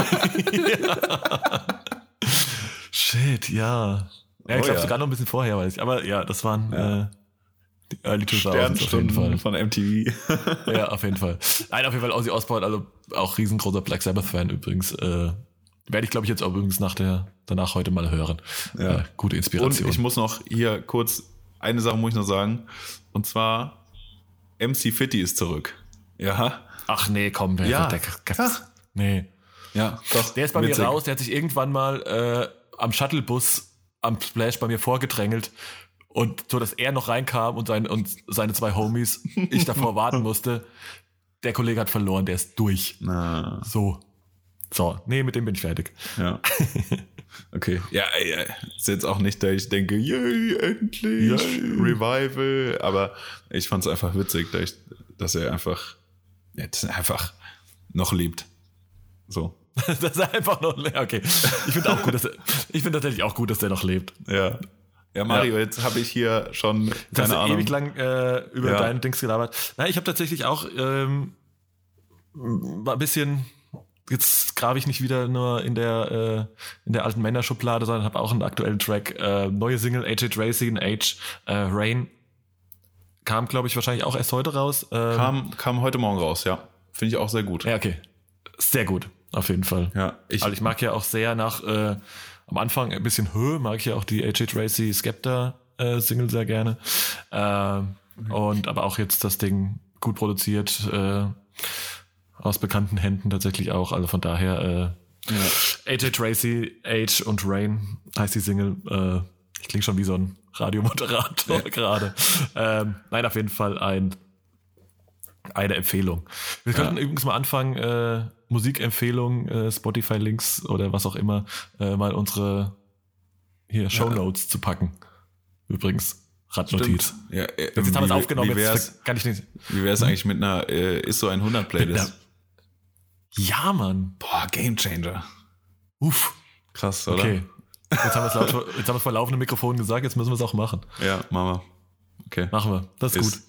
S3: Shit, ja. Ja, ich glaube sogar noch ein bisschen vorher, weiß ich. Aber ja, das waren die Early 2000s auf jeden Fall.
S2: Von MTV.
S3: Ja, auf jeden Fall. Nein, auf jeden Fall Ozzy Osbourne, also auch riesengroßer Black Sabbath-Fan übrigens. Werde ich, glaube ich, jetzt auch übrigens danach heute mal hören.
S2: Ja.
S3: Gute Inspiration.
S2: Und ich muss noch hier kurz, eine Sache muss ich noch sagen. Und zwar, MC Fitty ist zurück. Ja.
S3: Ach nee, komm. Nee.
S2: Ja, doch.
S3: Der ist bei mir raus, der hat sich irgendwann mal am Shuttlebus am Splash bei mir vorgedrängelt. Und so, dass er noch reinkam und seine 2 Homies, ich davor warten musste. Der Kollege hat verloren, der ist durch. So, nee, mit dem bin ich fertig.
S2: Ja. Okay. Ja, ist jetzt auch nicht, dass ich denke, yay, endlich, Revival. Aber ich fand es einfach witzig, dass er einfach noch lebt. So.
S3: Dass er einfach noch lebt. Okay. Ich finde tatsächlich auch gut, dass der noch lebt.
S2: Ja. Ja, Mario, jetzt habe ich hier schon
S3: keine Ahnung. Ewig lang über deinen Dings gelabert. Nein, ich habe tatsächlich auch ein bisschen, jetzt grabe ich nicht wieder nur in der alten Männerschublade, sondern habe auch einen aktuellen Track. Neue Single, AJ Tracey und Rain. Kam, glaube ich, wahrscheinlich auch erst heute raus.
S2: Kam heute Morgen raus, ja. Finde ich auch sehr gut.
S3: Ja, okay. Sehr gut, auf jeden Fall.
S2: Ja,
S3: ich mag ja auch sehr am Anfang ein bisschen mag ich ja auch die AJ Tracey Skepta Single sehr gerne. Und aber auch jetzt das Ding gut produziert, aus bekannten Händen tatsächlich auch. Also von daher AJ Tracey, Age und Rain heißt die Single. Ich klinge schon wie so ein Radiomoderator gerade. Nein, auf jeden Fall eine Empfehlung. Wir könnten übrigens mal anfangen, Musikempfehlung, Spotify-Links oder was auch immer, mal unsere Shownotes zu packen. Übrigens, Randnotiz.
S2: Ja,
S3: jetzt haben wir es aufgenommen, jetzt kann ich nicht.
S2: Wie wäre es eigentlich mit einer Ist so 100 Playlist?
S3: Ja, Mann.
S2: Boah, Gamechanger.
S3: Uff.
S2: Krass, oder?
S3: Okay. Jetzt haben wir es vor laufendem Mikrofon gesagt, jetzt müssen wir es auch machen.
S2: Ja, machen wir. Okay.
S3: Machen wir. Das ist gut.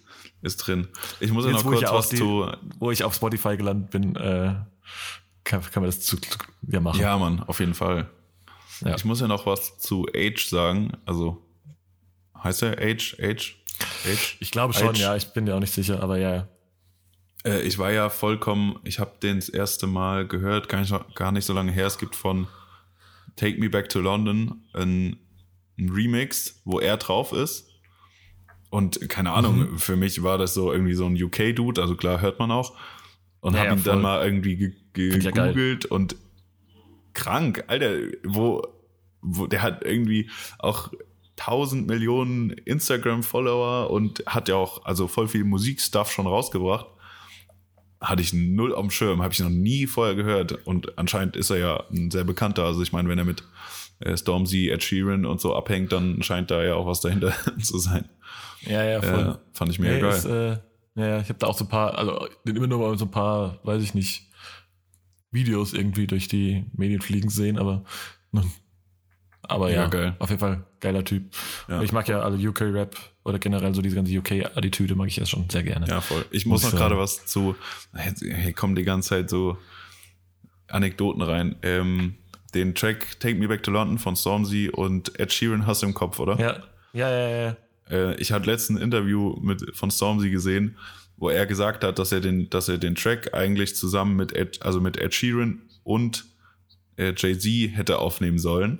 S2: ist drin. Ich muss ja
S3: Jetzt,
S2: noch kurz was zu...
S3: Wo ich auf Spotify gelandet bin, kann man das machen.
S2: Ja, Mann, auf jeden Fall. Ja. Ich muss ja noch was zu Age sagen. Also, heißt er Age?
S3: Ich glaube schon, ja. Ich bin ja auch nicht sicher, aber ja.
S2: Ich war ja ich habe den das erste Mal gehört, gar nicht so lange her. Es gibt von Take Me Back to London ein Remix, wo er drauf ist. Und keine Ahnung, für mich war das so irgendwie so ein UK-Dude, also klar hört man auch. Und habe ihn dann mal irgendwie gegoogelt und krank, Alter, wo der hat irgendwie auch 1000 Millionen Instagram-Follower und hat ja auch also voll viel Musikstuff schon rausgebracht. Hatte ich null auf dem Schirm, habe ich noch nie vorher gehört. Und anscheinend ist er ja ein sehr bekannter. Also ich meine, wenn er mit Stormzy, Ed Sheeran und so abhängt, dann scheint da ja auch was dahinter zu sein.
S3: Ja, voll.
S2: Fand ich mega geil.
S3: Ist, ich habe da auch so ein paar, also immer nur mal so ein paar, weiß ich nicht, Videos irgendwie durch die Medien fliegen sehen, aber ja, geil. Auf jeden Fall geiler Typ. Ja. Ich mag ja alle UK-Rap oder generell so diese ganze UK-Attitüde mag ich ja schon sehr gerne.
S2: Ja, voll. Ich muss noch gerade was zu, hier kommen die ganze Zeit so Anekdoten rein. Den Track Take Me Back to London von Stormzy und Ed Sheeran hast du im Kopf, oder?
S3: Ja.
S2: Ich hatte letztens ein Interview von Stormzy gesehen, wo er gesagt hat, dass er den Track eigentlich zusammen mit Ed Sheeran und Jay-Z hätte aufnehmen sollen.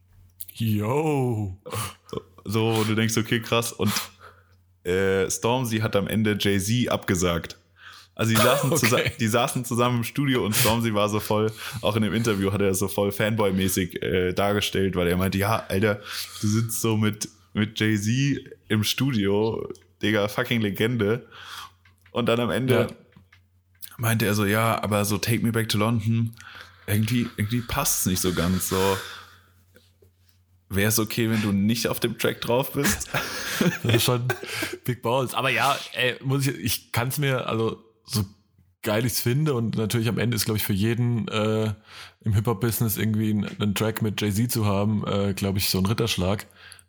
S3: Yo!
S2: So, wo du denkst, okay, krass. Und Stormzy hat am Ende Jay-Z abgesagt. Also die saßen zusammen im Studio und Stormzy war so voll, auch in dem Interview hat er so voll Fanboy-mäßig dargestellt, weil er meinte, ja, Alter, du sitzt so mit Jay-Z im Studio, Digga, fucking Legende. Und dann am Ende meinte er so, ja, aber so Take Me Back to London, irgendwie passt es nicht so ganz. So, wäre es okay, wenn du nicht auf dem Track drauf bist?
S3: Das ist schon Big Balls. Aber ja, ich kann es mir, also so geil ich es finde und natürlich am Ende ist, glaube ich, für jeden im Hip-Hop-Business irgendwie einen Track mit Jay-Z zu haben, glaube ich, so ein Ritterschlag.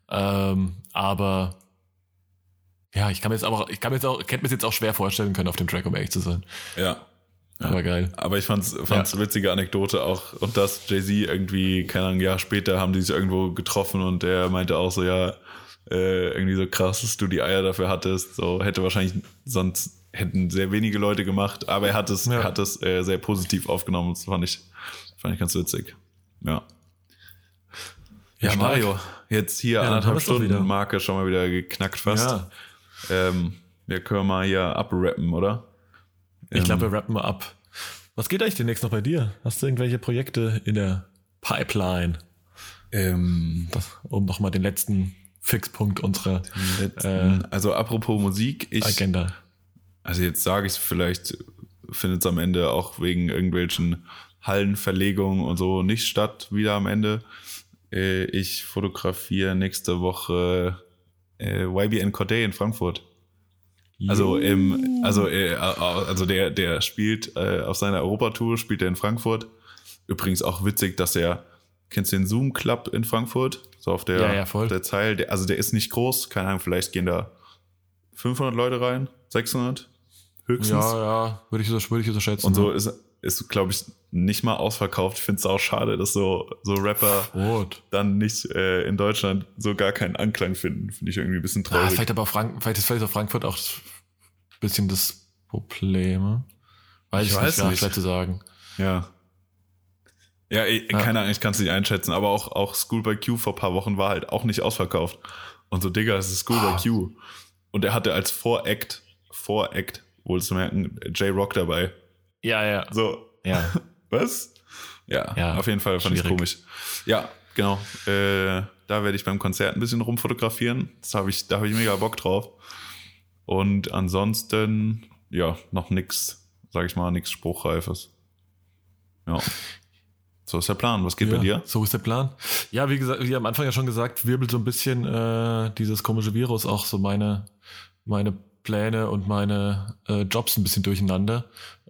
S3: Aber ja, ich hätte mir es jetzt auch schwer vorstellen können auf dem Track, um ehrlich zu sein.
S2: Ja.
S3: Aber geil.
S2: Aber ich fand's witzige Anekdote auch. Und dass Jay-Z irgendwie, keine Ahnung, ein Jahr später haben die sich irgendwo getroffen und der meinte auch so, ja, irgendwie so krass, dass du die Eier dafür hattest. So sonst hätten sehr wenige Leute gemacht, aber er hat es sehr positiv aufgenommen. Das fand ich ganz witzig. Ja. Ja, Mario, jetzt hier 1,5 Stunden Marke schon mal wieder geknackt fast. Ja. Wir können mal hier abrappen, oder?
S3: Ich glaube, wir rappen mal ab. Was geht eigentlich demnächst noch bei dir? Hast du irgendwelche Projekte in der Pipeline? Um nochmal den letzten Fixpunkt unserer
S2: also apropos Musik,
S3: Agenda.
S2: Also jetzt sage ich es, vielleicht findet es am Ende auch wegen irgendwelchen Hallenverlegungen und so nicht statt, wieder am Ende. Ich fotografiere nächste Woche YBN Corday in Frankfurt. Also der spielt auf seiner Europatour, spielt er in Frankfurt. Übrigens auch witzig, dass kennst du den Zoom Club in Frankfurt? So auf der Zeil. Der ist nicht groß, keine Ahnung, vielleicht gehen da 500 Leute rein, 600 höchstens.
S3: Ja, würde ich so schätzen.
S2: Und so ist glaube ich, nicht mal ausverkauft. Ich finde es auch schade, dass so Rapper dann nicht in Deutschland so gar keinen Anklang finden. Finde ich irgendwie ein bisschen traurig.
S3: Vielleicht ist vielleicht auch Frankfurt auch ein bisschen das Problem. Ich weiß nicht, schwer zu sagen.
S2: Ja. Ja, keine Ahnung, ich kann es nicht einschätzen, aber auch School by Q vor ein paar Wochen war halt auch nicht ausverkauft. Und so, Digga, es ist School by Q. Und er hatte als Voract, wohl zu merken, J-Rock dabei.
S3: Ja.
S2: So.
S3: Ja.
S2: Was? Ja, auf jeden Fall fand ich komisch. Ja, genau. Da werde ich beim Konzert ein bisschen rumfotografieren. Da habe ich mega Bock drauf. Und ansonsten, ja, noch nix, sag ich mal, nix Spruchreifes. Ja. So ist der Plan. Was geht bei dir?
S3: So ist der Plan. Ja, wie gesagt, wie am Anfang ja schon gesagt, wirbelt so ein bisschen dieses komische Virus auch so meine Pläne und meine Jobs ein bisschen durcheinander.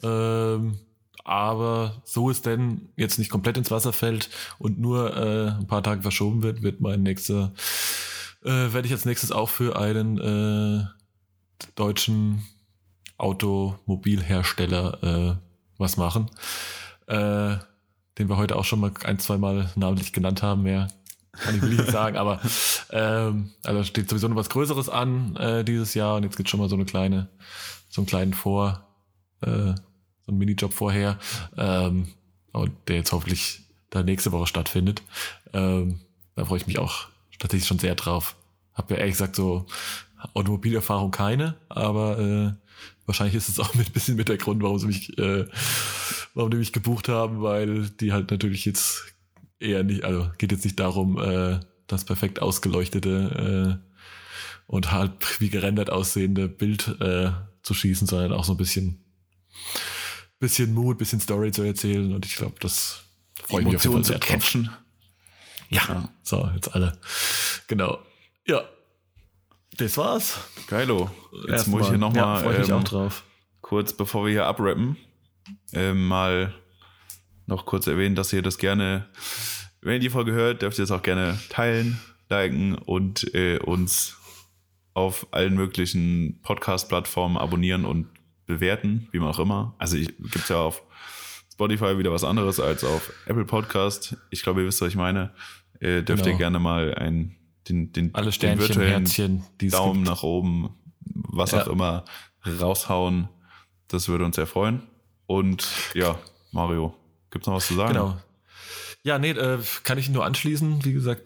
S3: Aber so es denn jetzt nicht komplett ins Wasser fällt und nur ein paar Tage verschoben wird, werde ich als nächstes auch für deutschen Automobilhersteller was machen, den wir heute auch schon mal 1-2 Mal namentlich genannt haben, mehr kann ich nicht sagen, aber also steht sowieso noch was Größeres an dieses Jahr und jetzt gibt es schon mal so einen kleinen so einen Minijob vorher, und der jetzt hoffentlich da nächste Woche stattfindet. Da freue ich mich auch tatsächlich schon sehr drauf. Hab ja ehrlich gesagt so Automobilerfahrung keine, aber wahrscheinlich ist es auch ein bisschen mit der Grund, warum die mich gebucht haben, weil die halt natürlich jetzt eher nicht, also geht jetzt nicht darum, das perfekt ausgeleuchtete und halb wie gerendert aussehende Bild zu schießen, sondern auch so ein bisschen Mut, bisschen Story zu erzählen, und ich glaube, das freue ich mich auf jeden Fall sehr drauf.
S2: Catchen.
S3: Ja, so, jetzt alle. Genau. Ja, das war's.
S2: Geilo. Jetzt muss ich hier nochmal kurz, bevor wir hier abrappen, mal noch kurz erwähnen, dass ihr das gerne, wenn ihr die Folge hört, dürft ihr es auch gerne teilen, liken und uns auf allen möglichen Podcast-Plattformen abonnieren und bewerten, wie man auch immer. Also gibt's ja auf Spotify wieder was anderes als auf Apple Podcast. Ich glaube, ihr wisst, was ich meine. Dürft ihr gerne mal
S3: alle Sternchen,
S2: den virtuellen
S3: Herzchen,
S2: Daumen nach oben, was auch immer, raushauen. Das würde uns sehr freuen. Und ja, Mario, gibt's noch was zu sagen?
S3: Genau. Ja, nee, kann ich nur anschließen. Wie gesagt,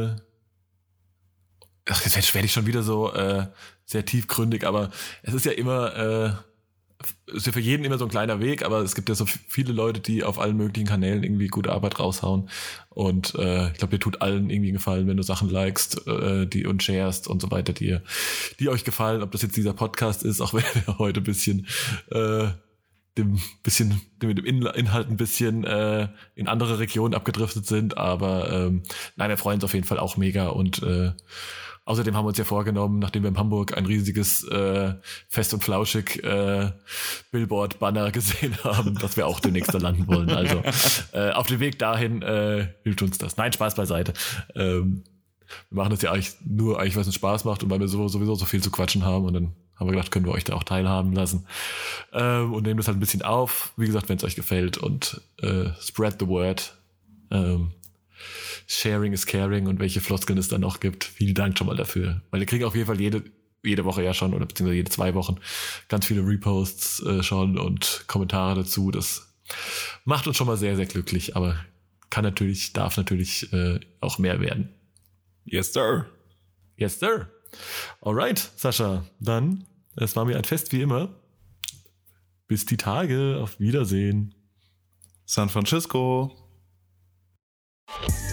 S3: jetzt werde ich schon wieder so sehr tiefgründig, aber es ist ja immer, ist ja für jeden immer so ein kleiner Weg, aber es gibt ja so viele Leute, die auf allen möglichen Kanälen irgendwie gute Arbeit raushauen, und ich glaube, dir tut allen irgendwie Gefallen, wenn du Sachen likest, die und sharest und so weiter, die euch gefallen, ob das jetzt dieser Podcast ist, auch wenn wir heute ein bisschen mit dem Inhalt ein bisschen in andere Regionen abgedriftet sind, aber nein, wir freuen uns auf jeden Fall auch mega, und außerdem haben wir uns ja vorgenommen, nachdem wir in Hamburg ein riesiges Fest und Flauschig Billboard-Banner gesehen haben, dass wir auch demnächst da landen wollen. Also auf dem Weg dahin hilft uns das. Nein, Spaß beiseite. Wir machen das ja eigentlich nur, weil es uns Spaß macht und weil wir sowieso so viel zu quatschen haben, und dann haben wir gedacht, können wir euch da auch teilhaben lassen. Und nehmen das halt ein bisschen auf. Wie gesagt, wenn es euch gefällt, und spread the word. Sharing is caring, und welche Floskeln es dann noch gibt. Vielen Dank schon mal dafür. Weil wir kriegen auf jeden Fall jede Woche ja schon, oder beziehungsweise jede 2 Wochen ganz viele Reposts schon und Kommentare dazu. Das macht uns schon mal sehr, sehr glücklich, aber darf natürlich auch mehr werden.
S2: Yes, sir.
S3: Yes, sir. Alright, Sascha, dann, es war mir ein Fest wie immer. Bis die Tage, auf Wiedersehen.
S2: San Francisco.